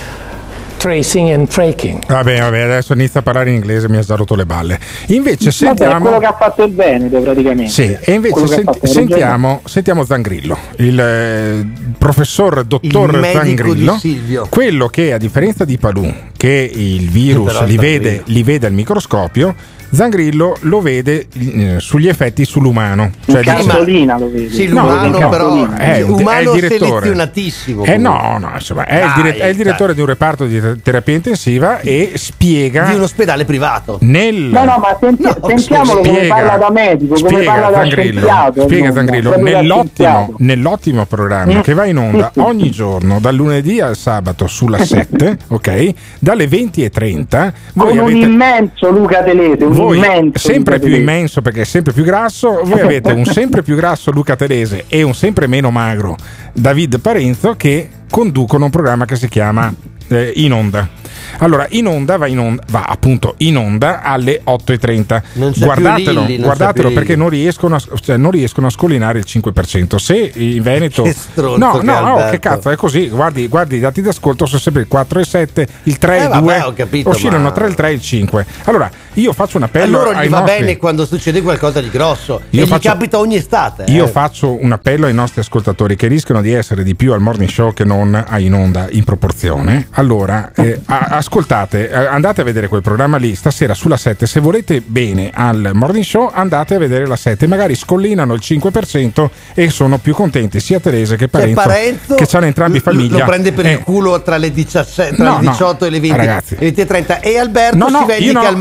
tracing and tracking. Vabbè, vabbè, adesso inizia a parlare in inglese, mi ha già rotto le balle. Invece sentiamo Vabbè, è quello che ha fatto il Veneto praticamente. Sì, e invece sent- sentiamo, sentiamo Zangrillo, il eh, professor dottor il Zangrillo, Silvio. quello che a differenza di Palù, che il virus li vede, li vede al microscopio, Zangrillo lo vede eh, sugli effetti sull'umano. Cioè, in cartolina lo vede. Sì, l'umano no, però è, umano è il direttore. selezionatissimo. Eh no, no, insomma, è, dai, il, dire- è il direttore dai. di un reparto di te- terapia intensiva e spiega di un ospedale privato. Nel No, no, ma senti- No, sentiamolo come spiega, parla da medico, come spiega parla da Zangrillo, scienziato. spiega insomma, Zangrillo proprio da nell'ottimo, scienziato. nell'ottimo programma Mm. che va in onda ogni giorno dal lunedì al sabato sulla sette, ok? Dalle venti e trenta voi Con avete un immenso Luca Telese, un voi, immenso sempre Luca più Telese. immenso perché è sempre più grasso, voi avete un sempre più grasso Luca Telese e un sempre meno magro David Parenzo, che conducono un programma che si chiama eh, In Onda. Allora, In Onda va, in onda, va appunto in onda alle otto e trenta. Non c'è Guardatelo, più Lilli, non guardatelo c'è più perché Lilli. non riescono, a, cioè, non riescono a scollinare il cinque per cento. Se in Veneto Che stronzo no, che no, è no, Alberto. che cazzo, è così. Guardi, guardi i dati d'ascolto sono sempre il quattro e sette, il tre e Eh, il vabbè, due, ho capito, oscillano ma- tra il tre e il cinque. Allora, io faccio un A appello loro gli ai va nostri bene quando succede qualcosa di grosso. Io e gli faccio- capita ogni estate. Io eh. faccio un appello ai nostri ascoltatori che rischiano di essere di più al morning show che non a In Onda in proporzione. Allora, eh, a- ascoltate, eh, andate a vedere quel programma lì stasera sulla sette. Se volete bene al morning show, andate a vedere la sette. Magari scollinano il cinque per cento e sono più contenti sia Telese che Parenzo, Che Parenzo che hanno entrambi lo- famiglia. lo prende per Eh, il culo tra le diciassette, tra No, le no, diciotto e le venti, ragazzi. e venti e trenta, e Alberto No, no, si io vendica no, al no, mattino. no,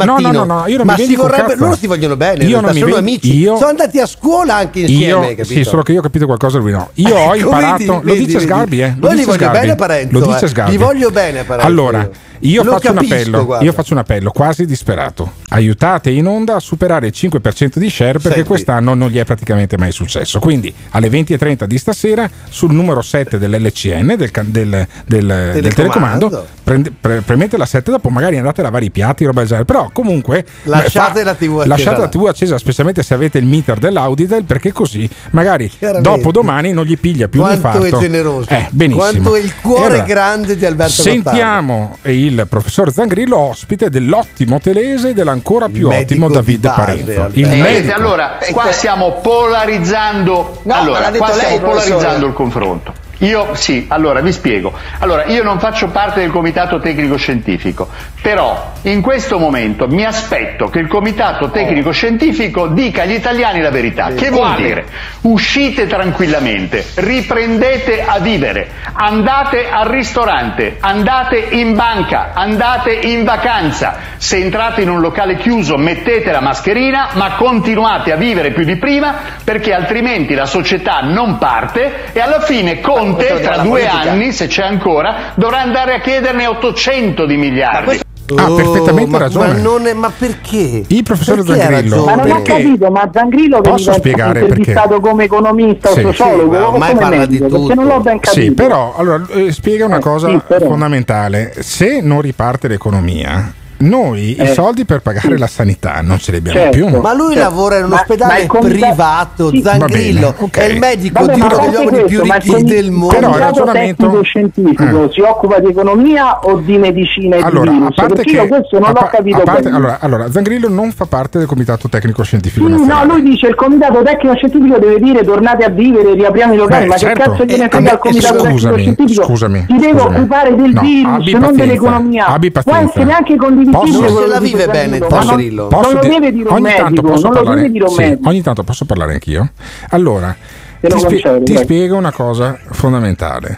no, no, io non ma mi si vendico un vorrebbe, cazzo. loro si vogliono bene, Io in non realtà, mi sono vendi- amici, io- sono andati a scuola anche insieme, Io, capito? sì, solo che io ho capito qualcosa, lui no. Io ho Ecco, imparato, vedi, lo vedi, dice vedi. Sgarbi, eh. Lo Io gli dice voglio Sgarbi. bene a Parenzo, Lo dice eh. Sgarbi. Gli voglio bene a Parenzo. Allora, io Lo faccio un capisco, appello, guarda. io faccio un appello quasi disperato. Aiutate in onda a superare il cinque per cento di share perché Senti. quest'anno non gli è praticamente mai successo. Quindi alle venti e trenta di stasera sul numero sette dell'L C N del, can- del, del, del telecomando prende, pre- premete la sette, dopo magari andate a lavare i piatti, roba del genere. Però comunque Lasciate fa- la tivù accesa lasciate là. la tivù accesa, specialmente se avete il meter dell'Auditel, perché così magari Chiaramente. dopo domani non gli piglia più Quanto l'infarto. è generoso, Eh, benissimo. quanto è il cuore E allora, grande di Alberto Gottardo. sentiamo il professor Zangrillo, ospite dell'ottimo telese e dell'ancora più medico ottimo di David base, Parenzo. Alberto. Il Eh, vedete, medico. allora, qua stiamo polarizzando, No, allora, ma l'ha detto qua stiamo lei, professore. polarizzando il confronto. Io sì, allora vi spiego. Allora, io non faccio parte del comitato tecnico scientifico, però in questo momento mi aspetto che il comitato tecnico scientifico dica agli italiani la verità. Che vuol Quale? dire? Uscite tranquillamente, riprendete a vivere, andate al ristorante, andate in banca, andate in vacanza. Se entrate in un locale chiuso mettete la mascherina, ma continuate a vivere più di prima, perché altrimenti la società non parte e alla fine Conte, tra due anni, se c'è ancora, dovrà andare a chiederne ottocento di miliardi. Ha perfettamente ma, ragione. Ma, non è, ma perché? Il professor Perché ha Zangrillo. ragione? Ma non ho Perché? capito, ma Zangrillo Posso veniva spiegare intervistato perché? come economista Sì, o sociologo sì, ma o ormai come parla di medico, perché non l'ho ben capito. Sì, però allora, eh, spiega una Eh, cosa sì, però. fondamentale. Se non riparte l'economia, noi Eh, i soldi per pagare sì. la sanità non ce li abbiamo Certo. più. Ma lui Certo. lavora in un Ma- ma ospedale il comita- privato, Sì. Zangrillo, Va bene, ok. è il medico Vabbè, di ma uno a degli parte uomini più questo, ma il ricchi comi- del mondo. Però il comitato ragionamento- tecnico scientifico Eh. si occupa di economia o di medicina e Allora, di a virus? parte Perché che io questo non a l'ho pa- capito a parte- bene. allora, allora, Zangrillo non fa parte del comitato tecnico scientifico Sì, no, nazionale. lui dice il comitato tecnico scientifico deve dire tornate a vivere, riapriamo i locali, Beh, ma certo. che cazzo gliene Eh, frega al eh, comitato tecnico scusami, scientifico? scusami, si deve scusami. occupare del No, virus, abbi non pazienza, dell'economia. abbi Può pazienza. essere anche condivisibile Posso- quello Non se che la dice vive bene, Zangrillo, posso ma non- dirlo? non lo di- deve dire un ogni tanto medico, posso non lo parlare, deve dire un sì, medico. ogni tanto posso parlare anch'io. Allora, Te lo ti, spie- concedo, ti dai. spiego una cosa fondamentale.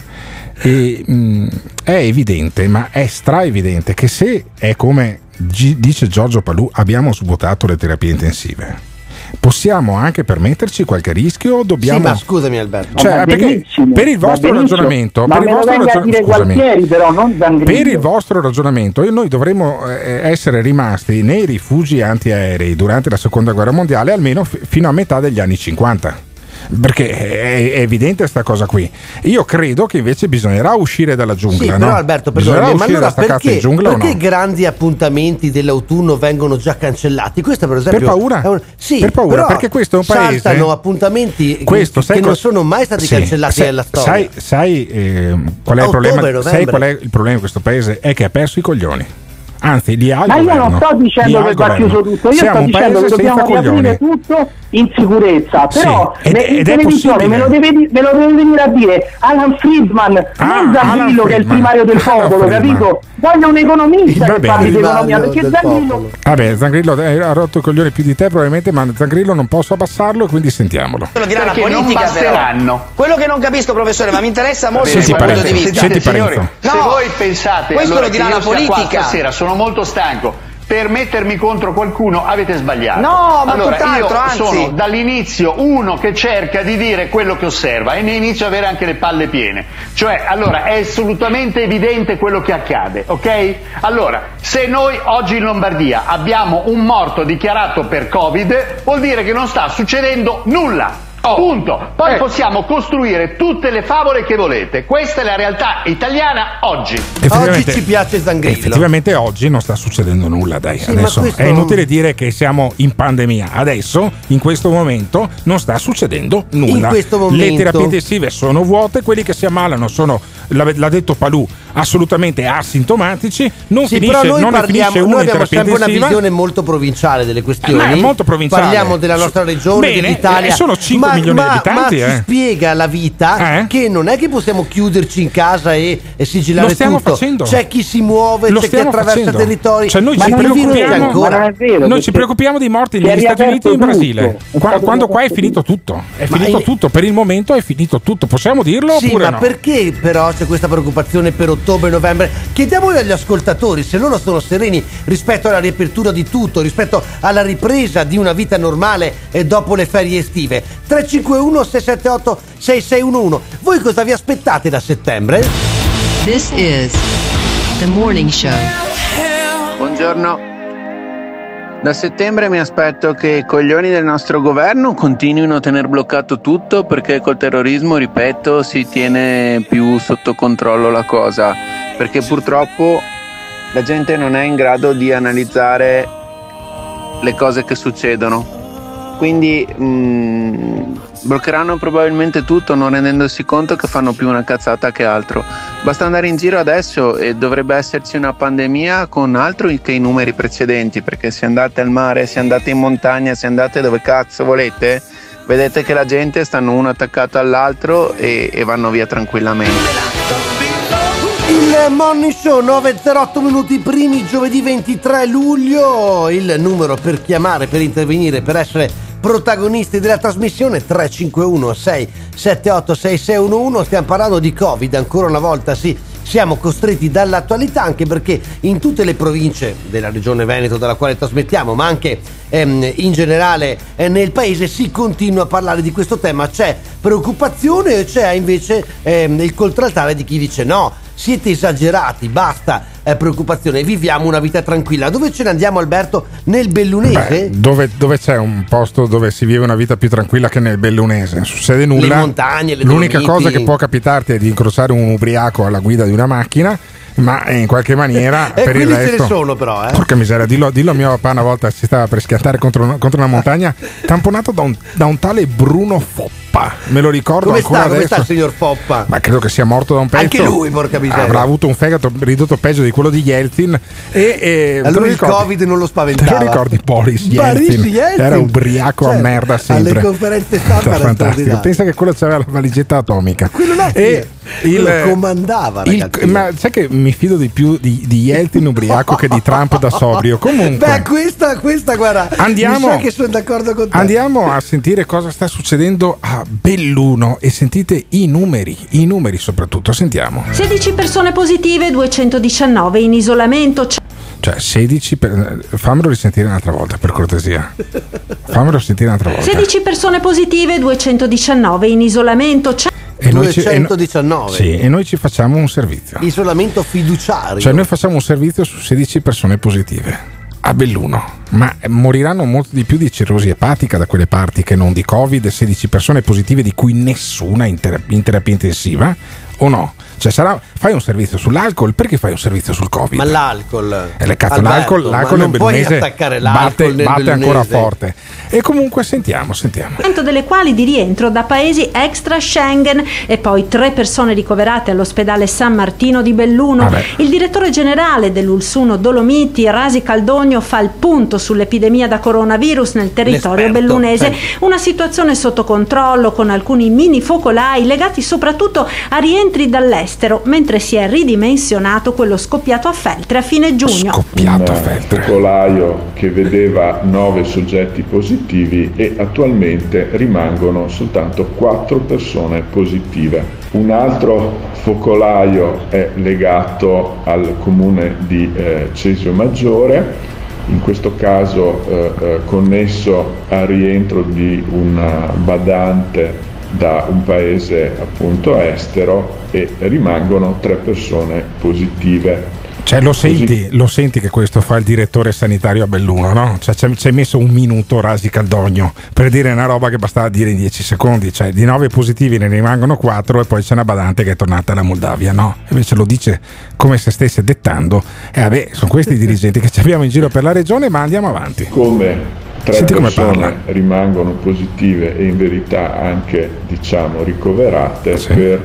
E, mh, è evidente, ma è stra-evidente che se è come gi- dice Giorgio Palù, abbiamo svuotato le terapie intensive, possiamo anche permetterci qualche rischio o dobbiamo... Sì, ma scusami Alberto. Cioè, Va perché benissimo, per il va vostro benissimo, ragionamento, ma per il me lo vostro venga a ragion- dire scusami, Gualtieri, però non Zangrillo. per il vostro ragionamento, noi dovremmo eh, essere rimasti nei rifugi antiaerei durante la seconda guerra mondiale almeno f- fino a metà degli anni cinquanta. Perché è, è evidente sta cosa qui. Io credo che invece bisognerà uscire dalla giungla. Sì, no? però Alberto, bisognerà perdonami, ma uscire allora da sta cazzo di perché, giungla o perché no? grandi appuntamenti dell'autunno vengono già cancellati? Questo per esempio Per paura? è un- sì, Per paura, però perché questo è un paese- saltano appuntamenti Questo, che, sai che non cos- sono mai stati Sì, cancellati sai- nella storia. Sai, sai, eh, qual è il A problema? ottobre, Sai novembre. qual è il problema di questo paese? È che ha perso i coglioni. Anzi, li ha il Ma io governo. non sto Li dicendo ha che il va governo. chiuso tutto, io Siamo sto un dicendo paese che dobbiamo senza riaprire coglioni. tutto in sicurezza, Sì, però ed- me- in ed è televisione me lo, possibile. deve, di- me lo deve venire a dire Alan Friedman, Ah, non Alan Zangrillo che è il Friedman. primario del Alan popolo, Friedman. capito? Voglio un economista Va che bene. parli di economia, Primario perché del Zangrillo popolo. Vabbè, Zangrillo eh, ha rotto i coglioni più di te probabilmente, ma Zangrillo non posso abbassarlo, quindi sentiamolo. Quello dirà la Perché non politica, però. basteranno. Quello che non capisco, professore, ma mi interessa molto Senti, il suo punto Parenzo, di vista. senti, Signori, Parenzo. se No, voi pensate questo allora lo dirà che io la sia qua politica. stasera sono molto stanco per mettermi contro qualcuno, avete sbagliato. No, ma allora, tutt'altro, io anzi. sono dall'inizio uno che cerca di dire quello che osserva e ne inizio ad avere anche le palle piene. Cioè, allora, è assolutamente evidente quello che accade, ok? Allora, se noi oggi in Lombardia abbiamo un morto dichiarato per Covid, vuol dire che non sta succedendo nulla. Punto. Poi Eh. possiamo costruire tutte le favole che volete. Questa è la realtà italiana oggi. Oggi Effettivamente- ci piace Zangrillo. Effettivamente oggi non sta succedendo nulla, dai. Sì, ma Adesso questo- è inutile dire che siamo in pandemia. Adesso, in questo momento, non sta succedendo nulla. In questo Le momento- terapie intensive sono vuote, quelli che si ammalano sono, l'ha, l'ha detto Palù, assolutamente asintomatici. Non Sì, finisce, però noi, non ne parliamo, finisce uno noi in abbiamo terapia sempre una intensiva. visione molto provinciale delle questioni. Eh, ma è molto provinciale. Parliamo della nostra regione, Bene, dell'Italia. eh, sono cinque ma, milioni di ma- abitanti, Ma ci eh. spiega la vita Eh? che non è che possiamo chiuderci in casa e, e sigillare Lo stiamo tutto. facendo. C'è chi si muove, Lo c'è chi stiamo attraversa facendo. territori. Cioè noi ma ci non è vero preoccupiamo, che ancora. Ma non è vero, noi perché ci preoccupiamo di morti si è negli Stati Uniti e in riaperto Brasile. tutto. Qua- È stato quando qua è riaperto finito tutto, è Ma finito è- tutto. Per il momento è finito tutto. Possiamo dirlo Sì, oppure ma no? perché però c'è questa preoccupazione per ottobre-novembre. Chiediamolo agli ascoltatori se loro sono sereni rispetto alla riapertura di tutto, rispetto alla ripresa di una vita normale e dopo le ferie estive. tre cinque uno sei sette otto sei sei uno uno. Voi cosa vi aspettate da settembre? This is The Morning Show. Buongiorno. Da settembre mi aspetto che i coglioni del nostro governo continuino a tener bloccato tutto, perché col terrorismo, ripeto, si tiene più sotto controllo la cosa, perché purtroppo la gente non è in grado di analizzare le cose che succedono. Quindi mh, bloccheranno probabilmente tutto, non rendendosi conto che fanno più una cazzata che altro. Basta andare in giro adesso e dovrebbe esserci una pandemia con altro che i numeri precedenti, perché se andate al mare, se andate in montagna, se andate dove cazzo volete, vedete che la gente stanno uno attaccato all'altro e, e vanno via tranquillamente. Il Morning Show, nove e zero otto minuti primi, giovedì ventitré luglio. Il numero per chiamare, per intervenire, per essere protagonisti della trasmissione tre cinque uno sei sette otto sei sei uno uno. Stiamo parlando di Covid ancora una volta, sì, siamo costretti dall'attualità, anche perché in tutte le province della regione Veneto dalla quale trasmettiamo, ma anche ehm, in generale eh, nel paese, si continua a parlare di questo tema. C'è preoccupazione e c'è invece ehm, il contraltare di chi dice no, siete esagerati, basta eh, preoccupazione, viviamo una vita tranquilla. Dove ce ne andiamo, Alberto? Nel Bellunese? Beh, dove, dove c'è un posto dove si vive una vita più tranquilla che nel Bellunese? Non succede nulla. Le montagne, le L'unica Dolomiti. cosa che può capitarti è di incrociare un ubriaco alla guida di una macchina, ma in qualche maniera e per il quelli resto ce ne sono però, eh. Porca miseria, dillo, dillo a mio papà, una volta si stava per schiantare contro una, contro una montagna, tamponato da un, da un tale Bruno Foppa, me lo ricordo come ancora sta, adesso. come sta il signor Foppa? Ma credo che sia morto da un pezzo. Anche lui, porca miseria, avrà avuto un fegato ridotto peggio di quello di Yeltsin e, e allora il ricordi, Covid non lo spaventava. te lo ricordi Boris Yeltsin? Boris Yeltsin Era ubriaco, certo, a merda sempre alle conferenze stampa. Era fantastico. Pensa che quello c'aveva la valigetta atomica, quello là, e il, il, comandava, il, ma sai che mi fido di più di, di Yeltsin ubriaco che di Trump da sobrio. Comunque, beh, questa, questa guarda, andiamo, mi sa che sono d'accordo con te. Andiamo a sentire cosa sta succedendo a Belluno e sentite i numeri, i numeri soprattutto, sentiamo. sedici persone positive, duecentodiciannove in isolamento. Cioè sedici per... fammelo risentire un'altra volta, per cortesia. Fammelo sentire un'altra volta. sedici persone positive, duecentodiciannove in isolamento. E noi duecentodiciannove. Ci, e no, sì, e noi ci facciamo un servizio. Isolamento fiduciario. Cioè noi facciamo un servizio su sedici persone positive a Belluno, ma moriranno molto di più di cirrosi epatica da quelle parti che non di Covid. Sedici persone positive di cui nessuna in, ter- in terapia intensiva, o no? Cioè sarà, fai un servizio sull'alcol, perché fai un servizio sul Covid? Ma l'alcol, e le cazzo, Alberto, l'alcol, l'alcol nel Bellunese batte, nel batte Bellunese. ancora forte. E comunque sentiamo, sentiamo. Delle quali di rientro da paesi extra Schengen, e poi tre persone ricoverate all'ospedale San Martino di Belluno. Vabbè. Il direttore generale dell'Ulsuno Dolomiti, Rasi Caldogno, fa il punto sull'epidemia da coronavirus nel territorio L'esperto. bellunese. Eh. Una situazione sotto controllo, con alcuni mini focolai legati soprattutto a rientri dall'estero, mentre si è ridimensionato quello scoppiato a Feltre a fine giugno. Scoppiato a un Feltre. focolaio che vedeva nove soggetti positivi e attualmente rimangono soltanto quattro persone positive. Un altro focolaio è legato al comune di eh, Cesio Maggiore, in questo caso eh, eh, connesso al rientro di una badante da un paese appunto estero, e rimangono tre persone positive. Cioè lo senti, lo senti che questo fa il direttore sanitario a Belluno, no? Cioè ci hai messo un minuto, Rasi Caldogno, per dire una roba che bastava dire in dieci secondi. Cioè di nove positivi ne rimangono quattro e poi c'è una badante che è tornata alla Moldavia, no? Invece lo dice come se stesse dettando. E vabbè, sono questi i dirigenti che ci abbiamo in giro per la regione, ma andiamo avanti. Come tre Senti come persone parla. rimangono positive e in verità anche, diciamo, ricoverate, sì, per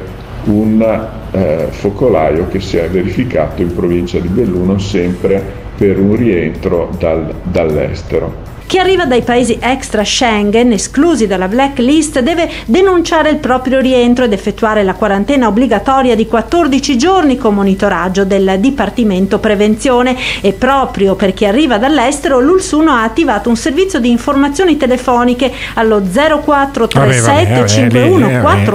un eh, focolaio che si è verificato in provincia di Belluno, sempre per un rientro dal, dall'estero. Chi arriva dai paesi extra Schengen, esclusi dalla blacklist, deve denunciare il proprio rientro ed effettuare la quarantena obbligatoria di quattordici giorni con monitoraggio del Dipartimento Prevenzione. E proprio per chi arriva dall'estero, l'Ulsuno ha attivato un servizio di informazioni telefoniche allo zero quattro tre sette cinque uno quattro tre.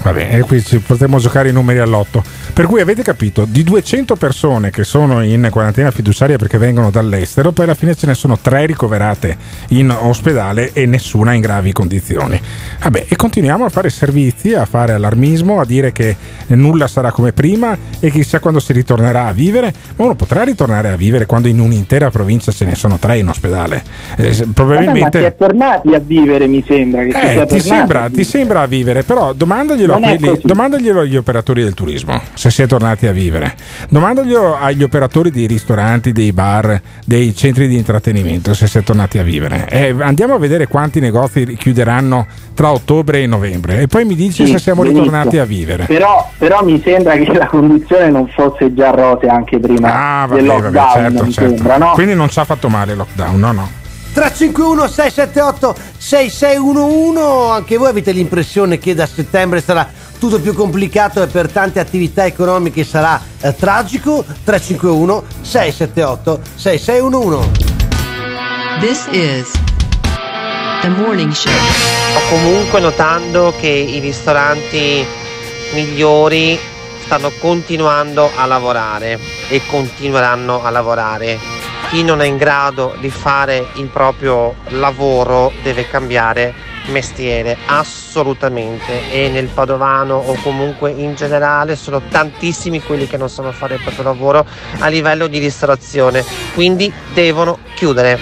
Vabbè, e qui ci potremmo giocare i numeri all'otto. Per cui avete capito, di duecento persone che sono in quarantena fiduciaria perché vengono dall'estero, poi alla fine ce ne sono tre ricoverate in ospedale e nessuna in gravi condizioni. Vabbè, e continuiamo a fare servizi, a fare allarmismo, a dire che nulla sarà come prima e chissà quando si ritornerà a vivere. Ma uno potrà ritornare a vivere quando in un'intera provincia ce ne sono tre in ospedale? Eh, probabilmente. Ma si è tornati a vivere, mi sembra. Che eh, sia ti, sembra, ti sembra a vivere, però domandaglielo, a quelli, domandaglielo agli operatori del turismo se si è tornati a vivere. Domandaglielo agli operatori dei ristoranti, dei bar, dei centri di intrattenimento se si è tornati a vivere. Eh, andiamo a vedere quanti negozi chiuderanno tra ottobre e novembre e poi mi dici sì, se siamo benissimo. ritornati a vivere. Però, però mi sembra che la condizione non fosse già rosea anche prima ah, vabbè, del lockdown, vabbè, certo, mi certo. sembra, no? Quindi non ci ha fatto male il lockdown, no no. tre cinque uno sei sette otto sei sei uno uno, anche voi avete l'impressione che da settembre sarà tutto più complicato e per tante attività economiche sarà eh, tragico? tre cinque uno sei sette otto sei sei uno uno. This is The Morning Show. Sto comunque notando che i ristoranti migliori stanno continuando a lavorare e continueranno a lavorare. Chi non è in grado di fare il proprio lavoro deve cambiare mestiere, assolutamente. E nel Padovano o comunque in generale sono tantissimi quelli che non sanno fare il proprio lavoro a livello di ristorazione, quindi devono chiudere.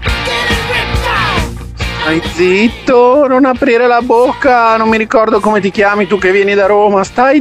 Stai zitto, non aprire la bocca, non mi ricordo come ti chiami tu che vieni da Roma, stai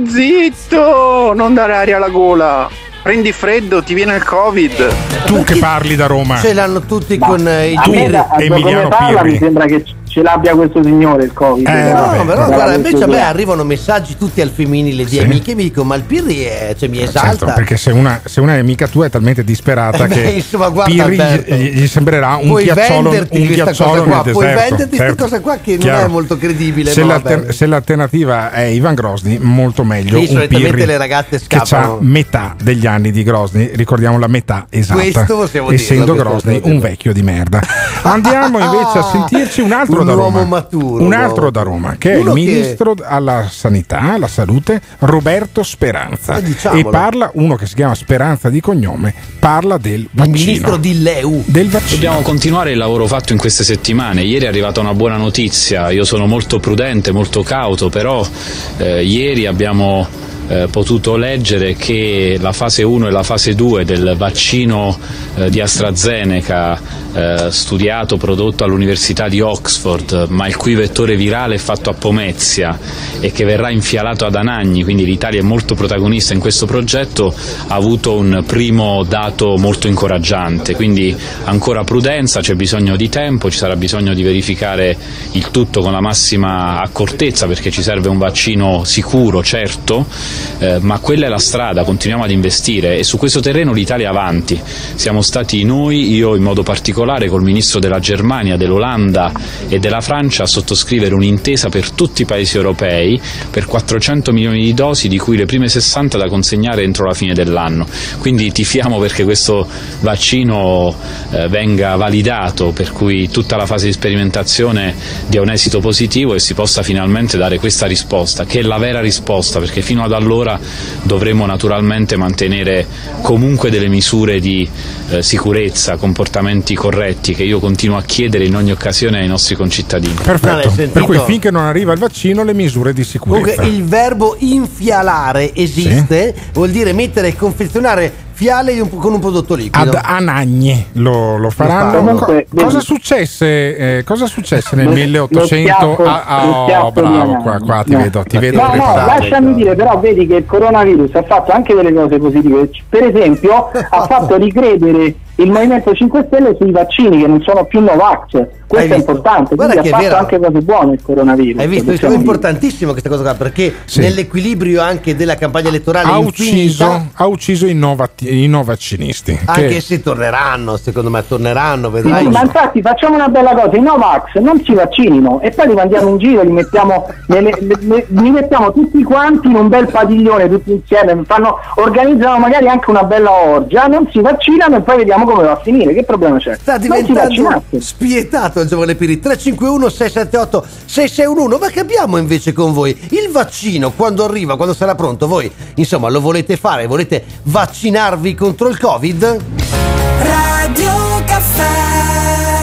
zitto, non dare aria alla gola. Prendi freddo, ti viene il Covid. Tu che parli da Roma. Ce l'hanno tutti Ma con eh, i Pirri. Pirri. Emiliano parla, Pirri. mi sembra che ce l'abbia questo signore il Covid. Eh, No, vabbè, però vabbè. guarda, invece a me arrivano messaggi tutti al femminile di Sì. amiche e mi dicono: ma il Pirri è, cioè, mi esalta. Certo, perché se una, se una è amica tua è talmente disperata Eh beh, che insomma, guarda, Pirri Alberto, gli, gli sembrerà un puoi ghiacciolo, venderti un questa ghiacciolo cosa qua, nel puoi deserto. venderti questa certo. cosa qua che non Chiaro. è molto credibile. Se, ma l'alter- vabbè. se l'alternativa è Ivan Grosny, molto meglio Sì, un solitamente Pirri le ragazze che scappano. ha metà degli anni di Grosny, ricordiamo la metà esatta, Questo possiamo dirlo, essendo questo Grosny possiamo un vecchio di merda. Andiamo invece a sentirci un altro Un da uomo Roma, maturo, un un altro uomo da Roma che è il Uno che- ministro alla sanità, alla salute, Roberto Speranza, Eh, diciamolo. e parla uno che si chiama Speranza di cognome, parla del vaccino. Il ministro di Leu. Del vaccino. Dobbiamo continuare il lavoro fatto in queste settimane. Ieri è arrivata una buona notizia, io sono molto prudente, molto cauto, però eh, ieri abbiamo eh, potuto leggere che la fase uno e la fase due del vaccino eh, di AstraZeneca eh, studiato, prodotto all'Università di Oxford, ma il cui vettore virale è fatto a Pomezia e che verrà infialato ad Anagni, quindi l'Italia è molto protagonista in questo progetto, ha avuto un primo dato molto incoraggiante, quindi ancora prudenza, c'è bisogno di tempo, ci sarà bisogno di verificare il tutto con la massima accortezza perché ci serve un vaccino sicuro, certo, eh, ma quella è la strada, continuiamo ad investire e su questo terreno l'Italia è avanti. Siamo stati noi, io in modo particolare col ministro della Germania, dell'Olanda e della Francia, a sottoscrivere un'intesa per tutti i paesi europei per quattrocento milioni di dosi, di cui le prime sessanta da consegnare entro la fine dell'anno. Quindi tifiamo perché questo vaccino eh, venga validato, per cui tutta la fase di sperimentazione dia un esito positivo e si possa finalmente dare questa risposta, che è la vera risposta, perché fino ad allora dovremo naturalmente mantenere comunque delle misure di eh, sicurezza, comportamenti corretti che io continuo a chiedere in ogni occasione ai nostri concittadini. Perfetto, per cui finché non arriva il vaccino le misure di sicurezza. Comunque il verbo infialare esiste, sì. Vuol dire mettere e confezionare fiale di un- con un prodotto liquido. Ad Anagni lo, lo faranno. Comunque, Co- cosa successe? Eh, cosa successe nel Lo- milleottocento? lo schiaffo- Ah, ah, lo oh, schiaffo di bravo, Anagni. qua, qua ti No. vedo, ti vedo No, no, preparato. lasciami dire, però vedi che il coronavirus ha fatto anche delle cose positive. Per esempio, ha fatto ricredere il Movimento cinque Stelle sui vaccini che non sono più Novax. Questo è importante, Guarda quindi che ha è fatto vero. anche cose buone il coronavirus. Hai visto? È possiamo dire. importantissimo questa cosa qua perché Sì. nell'equilibrio anche della campagna elettorale Ha infinita, ucciso, ha ucciso i, novati- i no vaccinisti. anche che- se torneranno, secondo me torneranno, Sì, vedrai. ma infatti facciamo una bella cosa, i Novax non si vaccinino e poi li mandiamo in giro, li mettiamo, nelle, le- le- li mettiamo tutti quanti in un bel padiglione tutti insieme, fanno, organizzano magari anche una bella orgia, non si vaccinano e poi vediamo come va a finire, che problema c'è? Sta diventando spietato il giovane Piri. Tre cinque uno sei sette otto sei sei uno uno. Ma che abbiamo invece con voi? Il vaccino quando arriva, quando sarà pronto, voi insomma lo volete fare? Volete vaccinarvi contro il Covid? Radio Caffè.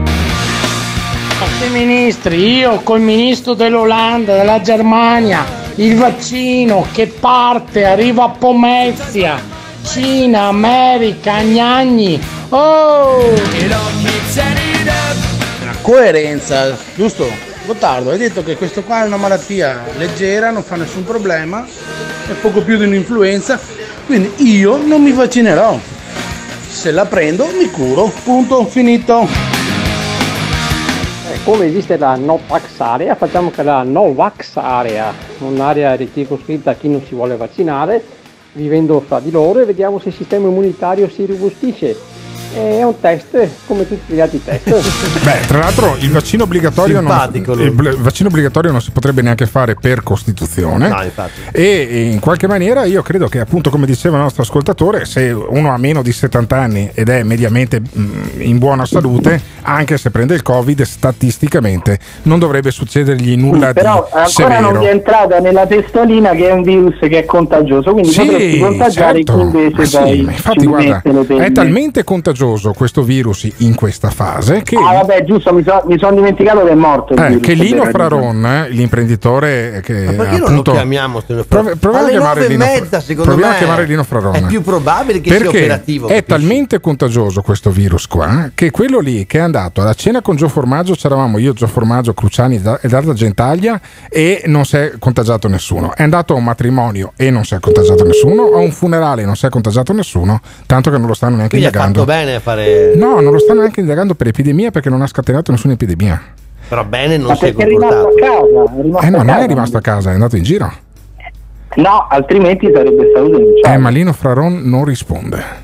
I ministri, io col ministro dell'Olanda, della Germania, il vaccino che parte, arriva a Pomezia, Cina, America, Gnagni. Oh! Coerenza, giusto? Gottardo, hai detto che questo qua è una malattia leggera, non fa nessun problema, è poco più di un'influenza, quindi io non mi vaccinerò. Se la prendo mi curo, punto, finito. Come esiste la no-vax area, facciamo che la no-vax area, un'area circoscritta a chi non si vuole vaccinare, vivendo fra di loro, e vediamo se il sistema immunitario si robustisce. È un test come tutti gli altri test. Beh, tra l'altro il vaccino obbligatorio non, il vaccino obbligatorio non si potrebbe neanche fare per Costituzione. No, infatti. E in qualche maniera io credo che, appunto, come diceva il nostro ascoltatore, se uno ha meno di settanta anni ed è mediamente mh, in buona salute, anche se prende il Covid, statisticamente non dovrebbe succedergli nulla sì, però di ancora severo. Non vi è entrata nella testolina che è un virus che è contagioso, quindi sì, potresti contagiare certo. chi invece sì, poi infatti guarda, è talmente contagioso questo virus in questa fase che ah vabbè giusto, mi, so, mi sono dimenticato che è morto il eh, virus, che Lino Fraron, eh, l'imprenditore che ma perché appunto non lo chiamiamo prov- proviamo alle a chiamare nove e Lino mezza, secondo proviamo me a chiamare Lino Fraron, è più probabile che perché sia operativo, è talmente contagioso questo virus qua che quello lì che è andato alla cena con Gio Formaggio, c'eravamo io, Gio Formaggio, Cruciani e Darda Gentaglia, e non si è contagiato nessuno. È andato a un matrimonio e non si è contagiato nessuno, a un funerale non si è contagiato nessuno, tanto che non lo stanno neanche quindi indagando. ha fatto bene a fare no, non lo stanno neanche indagando per epidemia, perché non ha scatenato nessuna epidemia. Però bene non ma si è perché è rimasto a casa, è rimasto Eh no, a non casa. è rimasto a casa, è andato in giro. No, altrimenti sarebbe stato denunciato. Eh, ma Lino Fraron non risponde.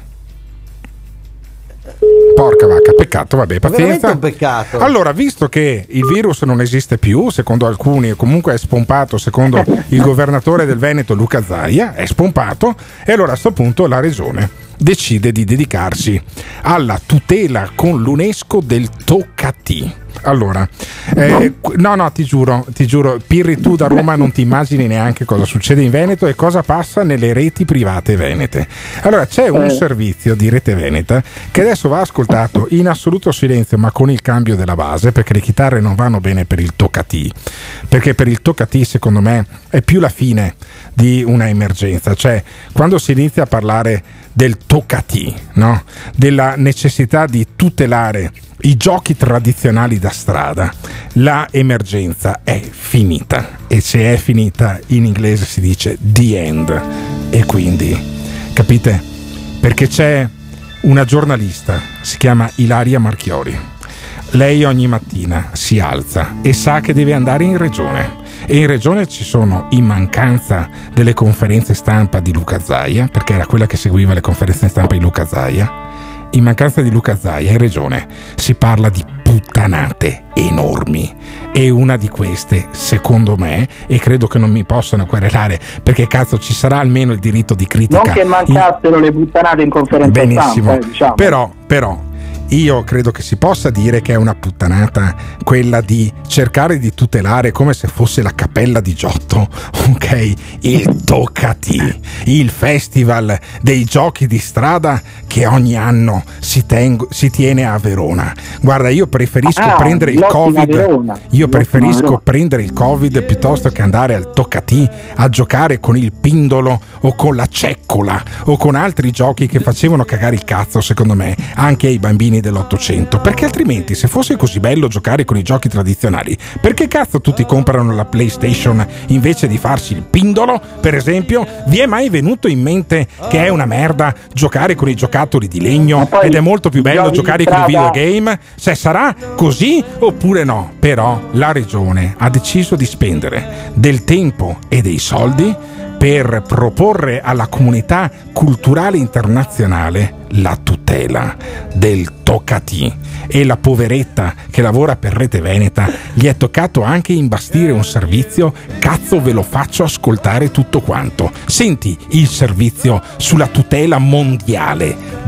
Porca vacca, peccato, vabbè, pazienza. Un peccato. Allora, visto che il virus non esiste più, secondo alcuni, comunque è spompato, secondo il governatore del Veneto Luca Zaia, è spompato, e allora a questo punto la regione decide di dedicarsi alla tutela con l'UNESCO del toccatì. Allora, eh, no, no, ti giuro, ti giuro, Pirri, tu da Roma non ti immagini neanche cosa succede in Veneto e cosa passa nelle reti private venete. Allora, c'è un servizio di Rete Veneta che adesso va ascoltato in assoluto silenzio, ma con il cambio della base, perché le chitarre non vanno bene per il toccatì, perché per il toccatì secondo me è più la fine di una emergenza, cioè quando si inizia a parlare del toccatì, no? Della necessità di tutelare i giochi tradizionali da strada, la emergenza è finita, e se è finita in inglese si dice the end. E quindi capite, perché c'è una giornalista, si chiama Ilaria Marchiori, lei ogni mattina si alza e sa che deve andare in regione, e in regione ci sono, in mancanza delle conferenze stampa di Luca Zaia, perché era quella che seguiva le conferenze stampa di Luca Zaia, in mancanza di Luca Zaia in regione si parla di puttanate enormi, e una di queste, secondo me, e credo che non mi possano querelare, perché cazzo ci sarà almeno il diritto di critica, non che mancassero in... le puttanate in conferenza benissimo, stampa, eh, diciamo. però però io credo che si possa dire che è una puttanata quella di cercare di tutelare, come se fosse la Cappella di Giotto, ok, il toccatì, il festival dei giochi di strada che ogni anno si, tengo, si tiene a Verona. Guarda, io preferisco ah, prendere il Covid Verona. io preferisco Verona. prendere il Covid piuttosto che andare al toccatì a giocare con il pindolo o con la ceccola o con altri giochi che facevano cagare il cazzo, secondo me, anche ai bambini dell'Ottocento, perché altrimenti, se fosse così bello giocare con i giochi tradizionali, perché cazzo tutti comprano la PlayStation invece di farsi il pindolo, per esempio? Vi è mai venuto in mente che è una merda giocare con i giocattoli di legno ed è molto più bello giocare con i videogame? Se sarà così oppure no? Però la regione ha deciso di spendere del tempo e dei soldi per proporre alla comunità culturale internazionale la tutela del toccatì, e la poveretta che lavora per Rete Veneta gli è toccato anche imbastire un servizio. Cazzo, ve lo faccio ascoltare tutto quanto. Senti il servizio sulla tutela mondiale del toccatì.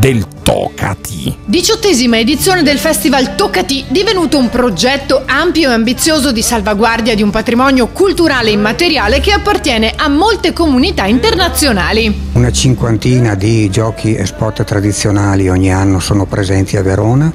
Tocati. Diciottesima edizione del Festival Tocati, divenuto un progetto ampio e ambizioso di salvaguardia di un patrimonio culturale immateriale che appartiene a molte comunità internazionali. Una cinquantina di giochi e sport tradizionali ogni anno sono presenti a Verona,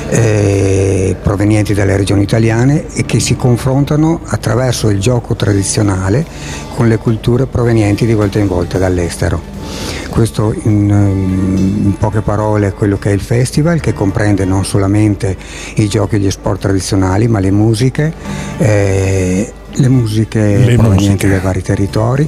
eh, provenienti dalle regioni italiane e che si confrontano attraverso il gioco tradizionale con le culture provenienti di volta in volta dall'estero. Questo in, in poche parole è quello che è il festival, che comprende non solamente i giochi e gli sport tradizionali, ma le musiche, eh, le musiche le provenienti musiche. dai vari territori.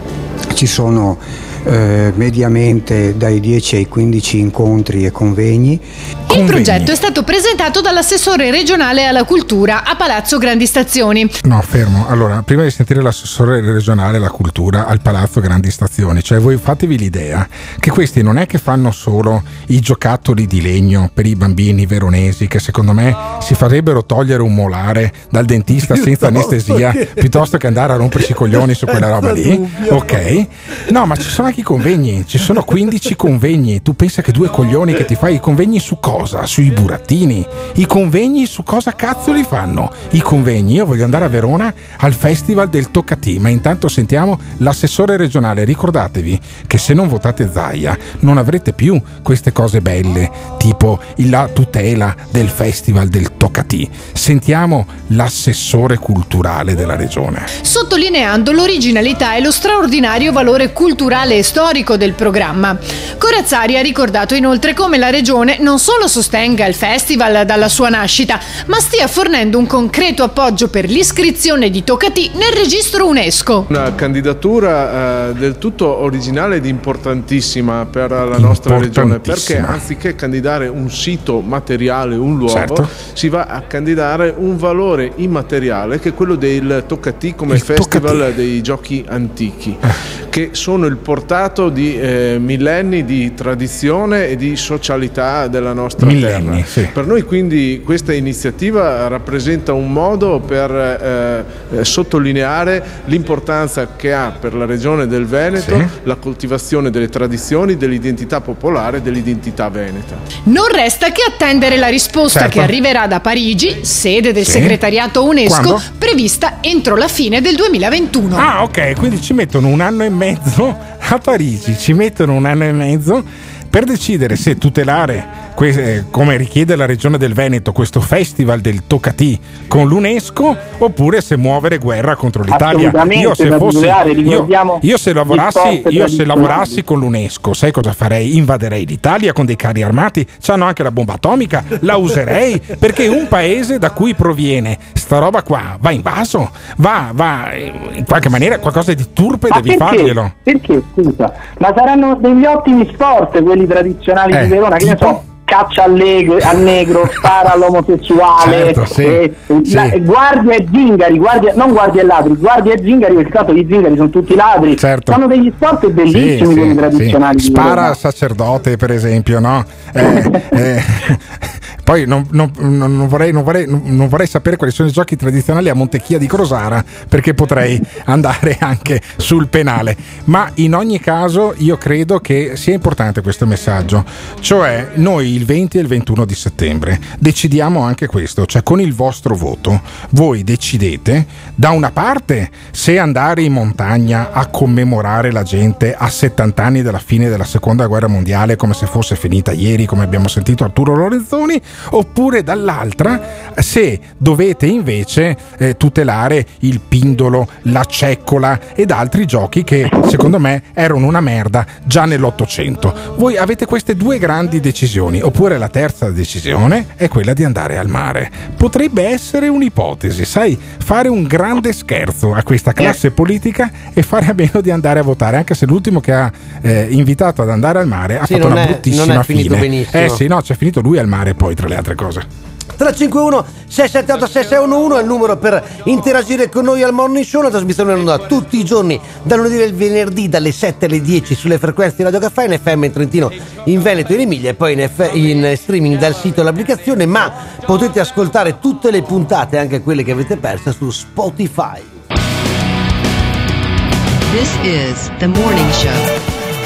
Ci sono eh, mediamente dai dieci ai quindici incontri e convegni. Il progetto è stato presentato dall'assessore regionale alla cultura a Palazzo Grandi Stazioni. No, fermo. Allora, prima di sentire l'assessore regionale alla cultura al Palazzo Grandi Stazioni, cioè voi fatevi l'idea che questi non è che fanno solo i giocattoli di legno per i bambini veronesi, che secondo me si farebbero togliere un molare dal dentista senza anestesia che... piuttosto che andare a rompersi i coglioni su quella roba lì. Ok? No, ma ci sono anche i convegni, ci sono quindici convegni. Tu pensa che due coglioni che ti fai i convegni su cosa? Sui burattini. I convegni su cosa cazzo li fanno? I convegni, io voglio andare a Verona al Festival del Tocati, ma intanto sentiamo l'assessore regionale. Ricordatevi che se non votate Zaia non avrete più queste cose belle, tipo la tutela del Festival del Tocati. Sentiamo l'assessore culturale della regione. Sottolineando l'originalità e lo straordinario valore culturale e storico del programma. Corazzari ha ricordato inoltre come la regione non solo sostenga il festival dalla sua nascita, ma stia fornendo un concreto appoggio per l'iscrizione di Tocati nel registro UNESCO. Una candidatura eh, del tutto originale ed importantissima per la nostra regione, perché anziché candidare un sito materiale, un luogo, certo, si va a candidare un valore immateriale che è quello del Tocati come il festival Tocati. Dei giochi antichi, eh. che sono il portato di eh, millenni di tradizione e di socialità della nostra Millenni, terra. Sì. Per noi quindi questa iniziativa rappresenta un modo per eh, sottolineare l'importanza che ha per la regione del Veneto, sì, la coltivazione delle tradizioni, dell'identità popolare, dell'identità veneta. Non resta che attendere la risposta, certo, che arriverà da Parigi, sede del, sì, segretariato UNESCO, quando? Prevista entro la fine del duemilaventuno. Ah, ok, quindi ci mettono un anno e mezzo a Parigi, ci mettono un anno e mezzo per decidere se tutelare, come richiede la regione del Veneto, questo festival del Tocati con l'UNESCO, oppure se muovere guerra contro l'Italia. Io se fossi io, io se lavorassi io se lavorassi con l'UNESCO, sai cosa farei? Invaderei l'Italia con dei carri armati, c'hanno anche la bomba atomica, la userei, perché un paese da cui proviene sta roba qua va invaso, va, va in qualche maniera qualcosa di turpe. Ma devi perché? farglielo. Perché scusa? Ma saranno degli ottimi sport quelli tradizionali eh, di Verona, che ne so, caccia al, leg- al negro, spara all'omosessuale, certo, sì, eh, sì. La, guardia e zingari, guardia, non guardia e ladri, guardia e zingari, perché tanto gli zingari sono tutti ladri, certo, sono degli sport bellissimi, sì, quelli sì, tradizionali. Sì. Spara al sacerdote, per esempio, no? Eh, eh, poi non, non, non, vorrei, non, vorrei, non vorrei sapere quali sono i giochi tradizionali a Montechia di Crosara, perché potrei andare anche sul penale. Ma in ogni caso io credo che sia importante questo messaggio, cioè noi il venti e il ventuno di settembre decidiamo anche questo, cioè con il vostro voto voi decidete da una parte se andare in montagna a commemorare la gente a settanta anni dalla fine della seconda guerra mondiale come se fosse finita ieri, come abbiamo sentito Arturo Lorenzoni, oppure dall'altra se dovete invece eh, tutelare il pindolo, la ceccola ed altri giochi che secondo me erano una merda già nell'Ottocento. Voi avete queste due grandi decisioni, oppure la terza decisione è quella di andare al mare. Potrebbe essere un'ipotesi, sai, fare un grande scherzo a questa classe politica e fare a meno di andare a votare, anche se l'ultimo che ha eh, invitato ad andare al mare ha sì, fatto una è, bruttissima non è finito fine. Benissimo. Eh sì, no, c'è finito lui al mare poi, tra le altre cose. tre cinque uno sei sette otto sei sei uno uno è il numero per interagire con noi al Morning Show, la trasmissione è onda tutti i giorni dal lunedì al venerdì dalle sette alle dieci sulle frequenze di Radio Caffè, in F M in Trentino, in Veneto e in Emilia, e poi in, F- in streaming dal sito e l'applicazione, ma potete ascoltare tutte le puntate, anche quelle che avete perso, su Spotify. This is the Morning Show.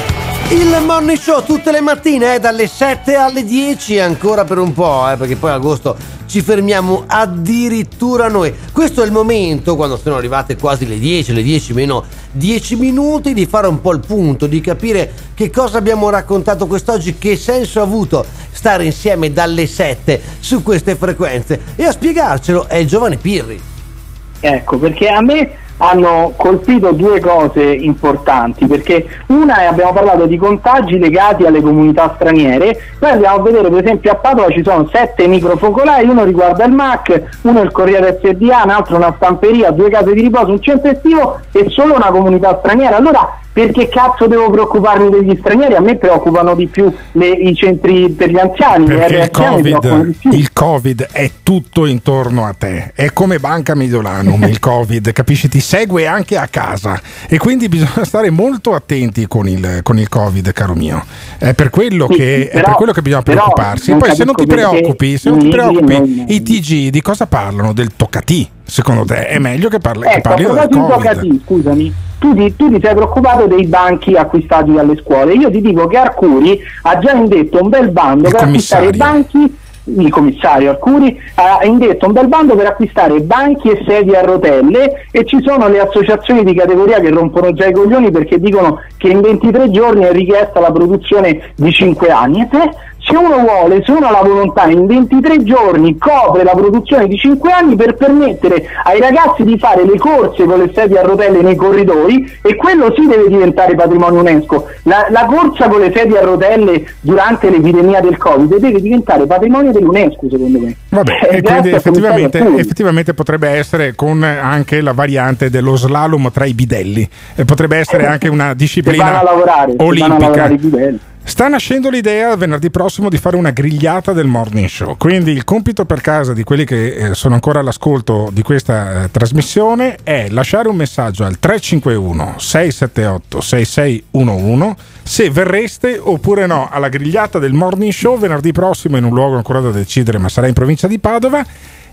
Il Morning Show tutte le mattine, eh, dalle sette alle dieci, ancora per un po', eh, perché poi agosto ci fermiamo addirittura noi. Questo è il momento, quando sono arrivate quasi le dieci, le dieci meno dieci minuti, di fare un po' il punto, di capire che cosa abbiamo raccontato quest'oggi, che senso ha avuto stare insieme dalle sette su queste frequenze. E a spiegarcelo è il giovane Pirri. Ecco, perché a me hanno colpito due cose importanti, perché una è, abbiamo parlato di contagi legati alle comunità straniere, poi andiamo a vedere per esempio a Padova ci sono sette microfocolai, uno riguarda il M A C, uno il Corriere S D A, un altro una stamperia, due case di riposo, un centro estivo e solo una comunità straniera. Allora perché cazzo devo preoccuparmi degli stranieri? A me preoccupano di più le, i centri per gli anziani. Perché il COVID, il COVID è tutto intorno a te, è come Banca Mediolanum il COVID, capisci? Ti segue anche a casa e quindi bisogna stare molto attenti con il, con il COVID, caro mio. È per quello sì, che, però, è per quello che bisogna preoccuparsi. Poi se non ti preoccupi, se non ti preoccupi non... i T G di cosa parlano? Del toccatì. Secondo te è meglio che, parli, ecco, che parlino del COVID? Toccatì, scusami. Tu ti, tu ti sei preoccupato dei banchi acquistati dalle scuole. Io ti dico che Arcuri ha già indetto un bel bando il per acquistare i banchi. Il commissario Arcuri ha indetto un bel bando per acquistare banchi e sedie a rotelle, e ci sono le associazioni di categoria che rompono già i coglioni perché dicono che in ventitré giorni è richiesta la produzione di cinque anni. E te, se uno vuole, se uno ha la volontà, in ventitré giorni copre la produzione di cinque anni per permettere ai ragazzi di fare le corse con le sedie a rotelle nei corridoi, e quello sì deve diventare patrimonio UNESCO. La, la corsa con le sedie a rotelle durante l'epidemia del Covid deve diventare patrimonio dell'UNESCO, secondo me. Vabbè, eh, e quindi effettivamente, effettivamente potrebbe essere con anche la variante dello slalom tra i bidelli, e potrebbe essere anche una disciplina vanno a lavorare, olimpica. Vanno a lavorare i bidelli. Sta nascendo l'idea venerdì prossimo di fare una grigliata del Morning Show, quindi il compito per casa di quelli che eh, sono ancora all'ascolto di questa eh, trasmissione è lasciare un messaggio al tre cinque uno sei sette otto sei sei uno uno se verreste oppure no alla grigliata del Morning Show venerdì prossimo in un luogo ancora da decidere, ma sarà in provincia di Padova.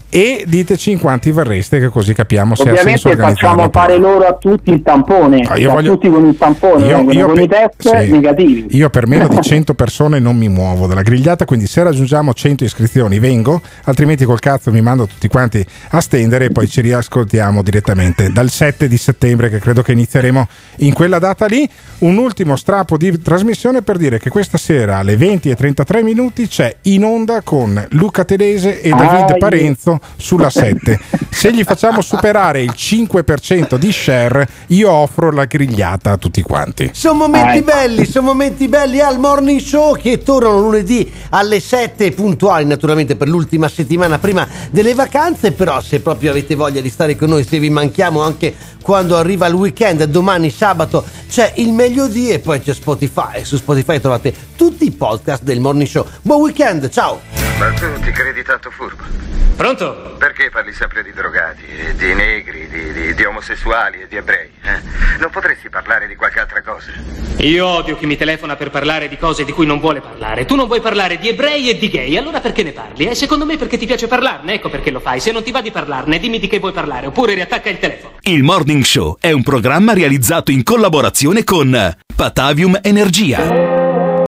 E diteci in quanti verreste, che così capiamo se ovviamente ha senso organizzarlo. Facciamo fare loro a tutti il tampone, ah, io voglio... tutti con il tampone, io, io con per... i test sì. negativi. Io per meno di cento persone non mi muovo dalla grigliata, quindi se raggiungiamo cento iscrizioni vengo, altrimenti col cazzo mi mando tutti quanti a stendere e poi ci riascoltiamo direttamente dal sette di settembre, che credo che inizieremo in quella data lì. Un ultimo strappo di trasmissione per dire che questa sera alle venti e trentatré minuti c'è In Onda con Luca Telese e David ah, Parenzo sulla sette. Se gli facciamo superare il cinque per cento di share, io offro la grigliata a tutti quanti. Sono momenti belli, sono momenti belli al Morning Show, che tornano lunedì alle sette puntuali, naturalmente per l'ultima settimana prima delle vacanze. Però se proprio avete voglia di stare con noi, se vi manchiamo anche quando arriva il weekend, domani sabato c'è il meglio di, e poi c'è Spotify. Su Spotify trovate tutti i podcast del Morning Show. Buon weekend, ciao! Ma tu ti credi tanto furbo? Pronto? Perché parli sempre di drogati, di negri, di, di, di omosessuali e di ebrei? Eh? Non potresti parlare di qualche altra cosa? Io odio chi mi telefona per parlare di cose di cui non vuole parlare. Tu non vuoi parlare di ebrei e di gay, allora perché ne parli? Eh? Secondo me perché ti piace parlarne, ecco perché lo fai. Se non ti va di parlarne, dimmi di che vuoi parlare, oppure riattacca il telefono. Il Morning Show è un programma realizzato in collaborazione con Patavium Energia.